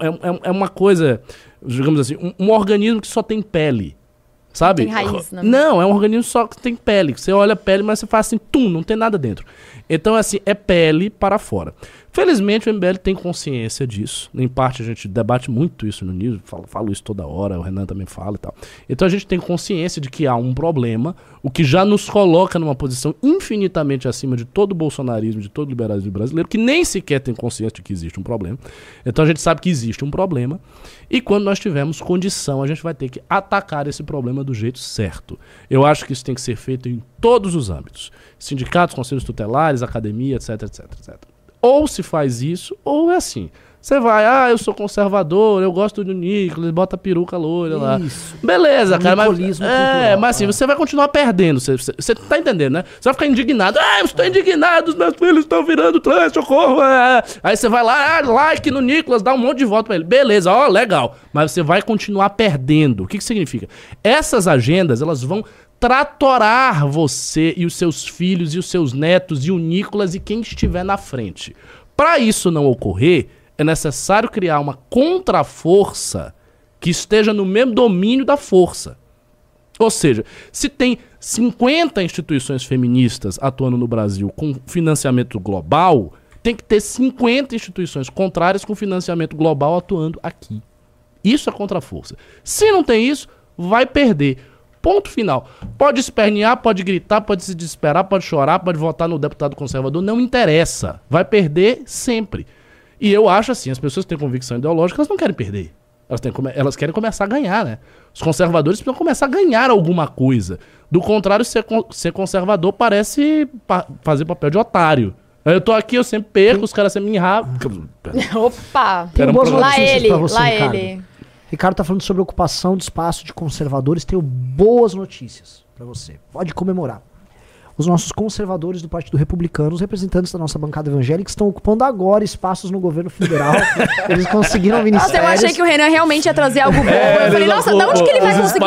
é uma coisa, digamos assim, um organismo que só tem pele. Sabe? Tem raiz, né? Não, é um organismo só que tem pele. Você olha a pele, mas você faz assim, não tem nada dentro. Então, assim, é pele para fora. Felizmente, o MBL tem consciência disso. Em parte, a gente debate muito isso no News, falo isso toda hora, o Renan também fala e tal. Então, a gente tem consciência de que há um problema, o que já nos coloca numa posição infinitamente acima de todo o bolsonarismo, de todo o liberalismo brasileiro, que nem sequer tem consciência de que existe um problema. Então, a gente sabe que existe um problema, e quando nós tivermos condição, a gente vai ter que atacar esse problema do jeito certo. Eu acho que isso tem que ser feito em todos os âmbitos. Sindicatos, conselhos tutelares, academia, etc, etc, etc. Ou se faz isso, ou é assim. Você vai, eu sou conservador, eu gosto do Nicolas, bota a peruca loira lá. Isso. Beleza, cara, mas assim, você vai continuar perdendo. Você tá entendendo, né? Você vai ficar indignado. Eu estou indignado, os meus filhos estão virando trans, socorro. Aí você vai lá, like no Nicolas, dá um monte de voto pra ele. Beleza, legal. Mas você vai continuar perdendo. O que significa? Essas agendas, elas vão tratorar você e os seus filhos e os seus netos e o Nicolas e quem estiver na frente. Para isso não ocorrer, é necessário criar uma contraforça que esteja no mesmo domínio da força. Ou seja, se tem 50 instituições feministas atuando no Brasil com financiamento global, tem que ter 50 instituições contrárias com financiamento global atuando aqui. Isso é contraforça. Se não tem isso, vai perder. Ponto final. Pode espernear, pode gritar, pode se desesperar, pode chorar, pode votar no deputado conservador, não interessa. Vai perder sempre. E eu acho assim, as pessoas que têm convicção ideológica, elas não querem perder. Elas querem começar a ganhar, né? Os conservadores precisam começar a ganhar alguma coisa. Do contrário, ser conservador parece fazer papel de otário. Eu tô aqui, eu sempre perco, os caras sempre me enrabam. Opa! Lá ele. Ricardo tá falando sobre ocupação de espaço de conservadores. Tenho boas notícias pra você. Pode comemorar. Os nossos conservadores do Partido Republicano, os representantes da nossa bancada evangélica, estão ocupando agora espaços no governo federal. Eles conseguiram ministérios. Nossa, eu achei que o Renan realmente ia trazer algo bom. Eu falei, nossa, de onde que ele vai conseguir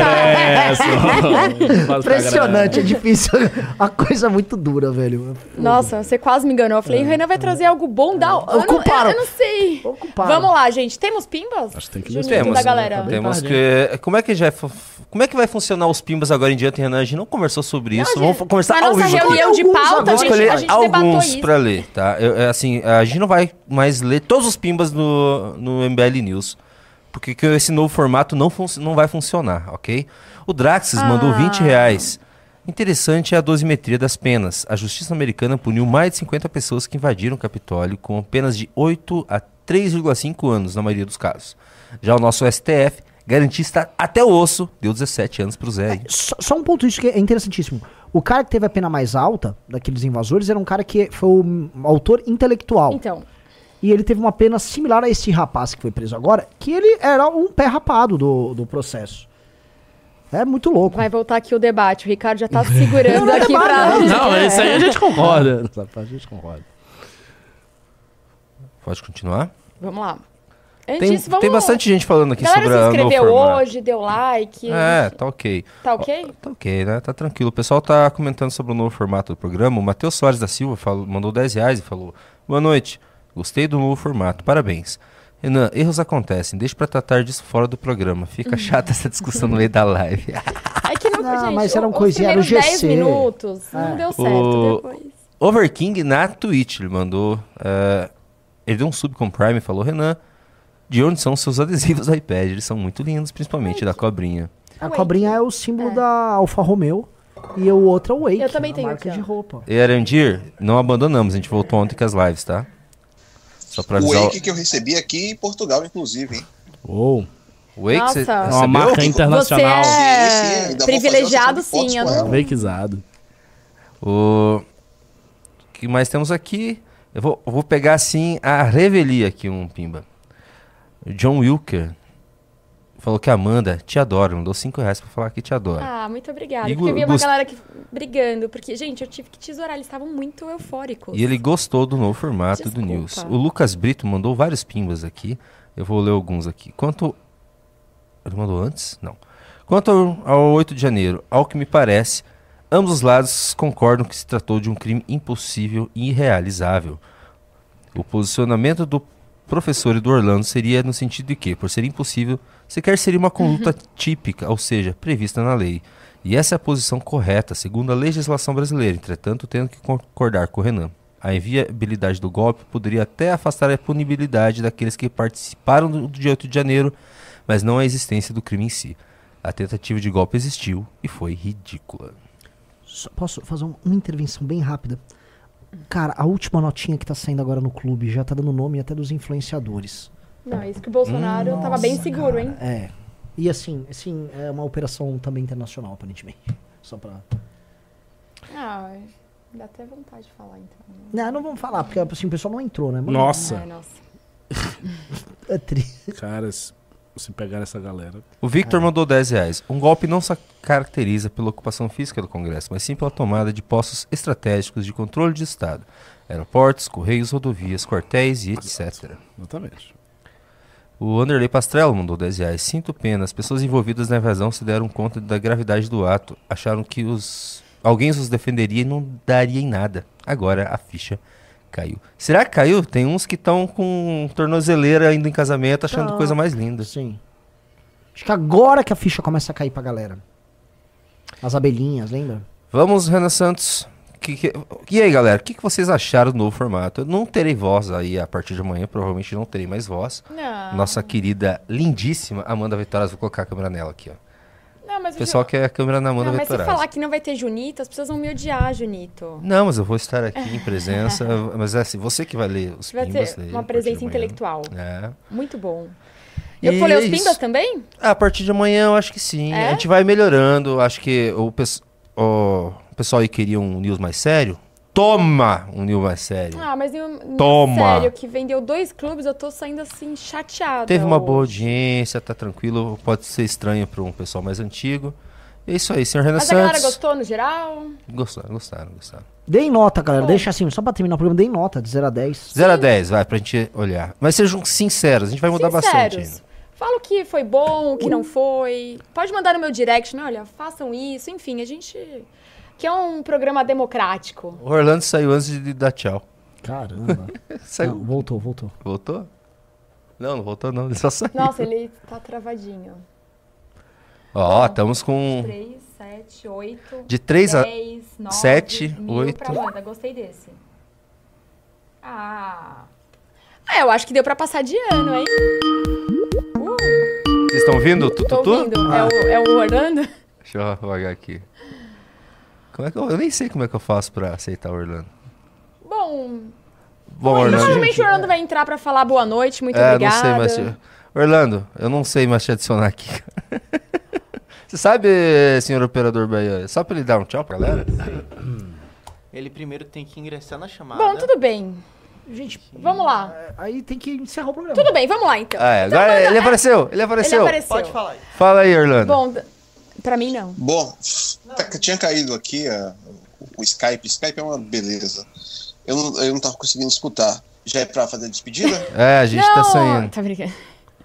buscar? Impressionante, é difícil. A coisa é muito dura, velho. Nossa, você quase me enganou. Eu falei, o Renan vai trazer algo bom da... Ocuparam. Eu não sei. Ocuparam. Vamos lá, gente. Temos pimbas? Acho que tem que Temos, da galera. Temos que... Como é que vai funcionar os pimbas agora em diante, Renan? A gente não conversou sobre isso. Vamos conversar na ao nossa vivo. reunião de pauta, Vou escolher a gente alguns para ler, tá? Assim, a gente não vai mais ler todos os pimbas no MBL News, porque esse novo formato não vai funcionar, ok? O Draxis mandou R$20. Interessante é a dosimetria das penas. A justiça americana puniu mais de 50 pessoas que invadiram o Capitólio com penas de 8 a 3,5 anos, na maioria dos casos. Já o nosso STF, garantista até o osso, deu 17 anos pro Zé. Só um ponto, isso que é interessantíssimo. O cara que teve a pena mais alta daqueles invasores era um cara que foi o autor intelectual. Então. E ele teve uma pena similar a esse rapaz que foi preso agora, que ele era um pé rapado do processo. É muito louco. Vai voltar aqui o debate. O Ricardo já tá segurando aqui pra... Não, isso aí a gente concorda. A gente concorda. Pode continuar? Vamos lá. Antes disso, vamos... Tem bastante gente falando aqui Galera sobre se a novo inscreveu formato. hoje, deu like. Tá ok. Tá ok? Tá ok, né? Tá tranquilo. O pessoal tá comentando sobre o novo formato do programa. O Matheus Soares da Silva mandou R$10 e falou: boa noite, gostei do novo formato, parabéns. Renan, erros acontecem, deixa pra tratar disso fora do programa. Fica chata essa discussão no meio da live. É que não, gente, mas era um os coisinha, era o primeiros GC. 10 minutos não deu certo depois. Overking na Twitch, ele mandou... ele deu um sub com Prime e falou: Renan, de onde são seus adesivos do iPad? Eles são muito lindos, principalmente da cobrinha. A cobrinha é o símbolo da Alfa Romeo e o outro é o Wake. Eu também a tenho marca aqui, de ó. roupa. E Arandir, não abandonamos, a gente voltou ontem com as lives, tá? Só pra O avisar. Wake que eu recebi aqui em Portugal, inclusive, hein? Uou. Wake, Nossa. você É uma É uma recebeu? marca Você internacional. Sim, é ainda vou privilegiado, fazer uma sessão de sim. fotos com ela. Fakezado. O que mais temos aqui? Eu vou pegar assim a revelia aqui, um pimba. O John Wilker falou que Amanda te adora, mandou R$5 pra falar que te adora. Ah, muito obrigada. E Porque eu vi uma gost- galera aqui brigando. Porque, gente, eu tive que tesourar. Eles estavam muito eufóricos. E ele gostou do novo formato do Desculpa. News. O Lucas Brito mandou vários pimbas aqui. Eu vou ler alguns aqui. Ele mandou antes? Não. Quanto ao 8 de janeiro, ao que me parece, ambos os lados concordam que se tratou de um crime impossível e irrealizável. O posicionamento do professor e do Orlando seria no sentido de que, por ser impossível, sequer seria uma conduta típica, ou seja, prevista na lei. E essa é a posição correta, segundo a legislação brasileira, entretanto, tendo que concordar com o Renan. A inviabilidade do golpe poderia até afastar a punibilidade daqueles que participaram do dia 8 de janeiro, mas não a existência do crime em si. A tentativa de golpe existiu e foi ridícula. Posso fazer uma intervenção bem rápida? Cara, a última notinha que tá saindo agora no clube já tá dando nome até dos influenciadores. Não, isso que o Bolsonaro tava bem seguro, hein? É. E assim, é uma operação também internacional, aparentemente. Só pra... Ah, dá até vontade de falar, então. Não vamos falar, porque assim, o pessoal não entrou, né? Mas- Nossa. Ai, nossa. É triste. Caras, se pegar essa galera. O Victor mandou R$10. Um golpe não se caracteriza pela ocupação física do Congresso, mas sim pela tomada de postos estratégicos de controle de Estado. Aeroportos, correios, rodovias, quartéis e etc. Exatamente. O Anderley Pastrello mandou R$10. Sinto pena, as pessoas envolvidas na invasão se deram conta da gravidade do ato. Acharam que alguém os defenderia e não daria em nada. Agora a ficha caiu. Será que caiu? Tem uns que estão com tornozeleira indo em casamento achando coisa mais linda. Sim. Acho que agora que a ficha começa a cair pra galera. As abelhinhas, lembra? Vamos, Renan Santos. E aí, galera, o que vocês acharam do novo formato? Eu não terei voz aí a partir de amanhã, provavelmente não terei mais voz. Não. Nossa querida, lindíssima Amanda Vitoraz, vou colocar a câmera nela aqui, ó. Não, mas O pessoal quer a câmera na Amanda Não, mas se Vitoraz. falar que não vai ter Junito, as pessoas vão me odiar, Junito. Não, mas eu vou estar aqui em presença. Mas é assim, você que vai ler os Vai pimbas. ter lê uma a partir presença de amanhã. intelectual. É. Muito bom. E Eu vou ler os é isso. pimbas também? A partir de amanhã eu acho que sim. É? A gente vai melhorando. Acho que o pessoal aí queria um news mais sério. Toma um news mais sério. Ah, mas Toma! sério, que vendeu 2 clubes, eu tô saindo assim chateada. Teve uma boa hoje. audiência, tá tranquilo. Pode ser estranho para um pessoal mais antigo. É isso aí, senhor Renan Mas a galera Santos. gostou no geral? Gostaram. Deem nota, galera. Bom. Deixa assim, só pra terminar o programa, deem nota de 0 a 10. 0 a 10, vai, pra gente olhar. Mas sejam sinceros, a gente vai mudar bastante Sinceros. ainda. Fala o que foi bom, o que não foi. Pode mandar no meu direct, né? Olha, façam isso. Enfim, a gente... Que é um programa democrático. O Orlando saiu antes de dar tchau. Caramba. Saiu. Não, voltou. Voltou? Não voltou não, ele só saiu. Nossa, ele tá travadinho. Ó, estamos com 3, 7, 8, de 3 a 10, 9, 7, 1000 8. pra Amanda. Gostei desse. Eu acho que deu pra passar de ano, hein? Vocês estão ouvindo o Tô tututu? ouvindo. É o Orlando? Deixa eu apagar aqui. Como é que eu nem sei como é que eu faço pra aceitar o Orlando. Bom, Bom, Orlando. provavelmente o Orlando vai entrar pra falar boa noite, muito Não obrigada. sei mais. Orlando, eu não sei mais te adicionar aqui. Você sabe, senhor operador Bahia, só pra ele dar um tchau pra galera? Ele primeiro tem que ingressar na chamada. Bom, tudo bem. Gente, Vamos lá. aí tem que encerrar o programa. Tudo bem, vamos lá então. Ah, é, agora ele apareceu, ele Ele apareceu. apareceu. Pode falar aí. Fala aí, Orlando. Bom, pra mim não. Bom, tinha caído aqui o Skype. Skype é uma beleza. Eu não tava conseguindo escutar. Já é pra fazer a despedida? É, a gente tá saindo. Tá brincando.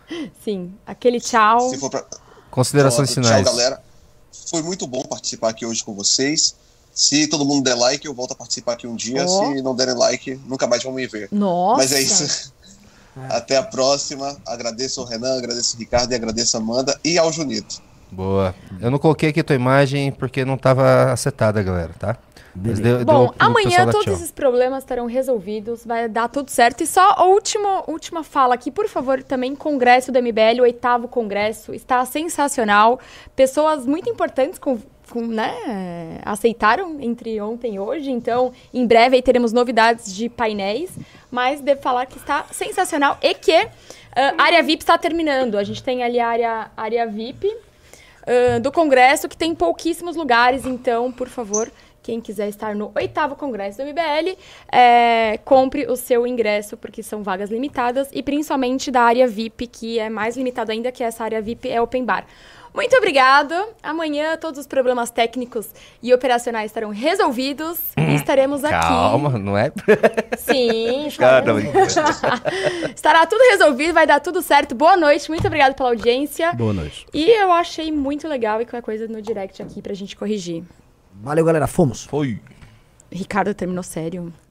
Sim, aquele tchau. Se for pra... Considerações finais. Tchau, galera. Foi muito bom participar aqui hoje com vocês. Se todo mundo der like, eu volto a participar aqui um dia. Se não derem like, nunca mais vão me ver. Nossa! Mas é isso. Até a próxima. Agradeço ao Renan, agradeço ao Ricardo e agradeço a Amanda e ao Junito. Boa. Eu não coloquei aqui a tua imagem porque não estava acertada, galera, tá? Mas Bom, amanhã todos esses problemas estarão resolvidos, vai dar tudo certo. E só a última fala aqui, por favor, também Congresso do MBL, o 8º Congresso, está sensacional. Pessoas muito importantes aceitaram entre ontem e hoje, então em breve aí teremos novidades de painéis, mas devo falar que está sensacional e que a área VIP está terminando. A gente tem ali a área VIP do Congresso, que tem pouquíssimos lugares, então, por favor, quem quiser estar no 8º Congresso do MBL, compre o seu ingresso, porque são vagas limitadas, e principalmente da área VIP, que é mais limitada ainda, que essa área VIP é Open Bar. Muito obrigado. Amanhã todos os problemas técnicos e operacionais estarão resolvidos e estaremos aqui. Calma, não é? Sim. Estará tudo resolvido, vai dar tudo certo. Boa noite, muito obrigado pela audiência. Boa noite. E eu achei muito legal e qualquer coisa no direct aqui pra gente corrigir. Valeu, galera. Fomos. Foi. Ricardo terminou sério.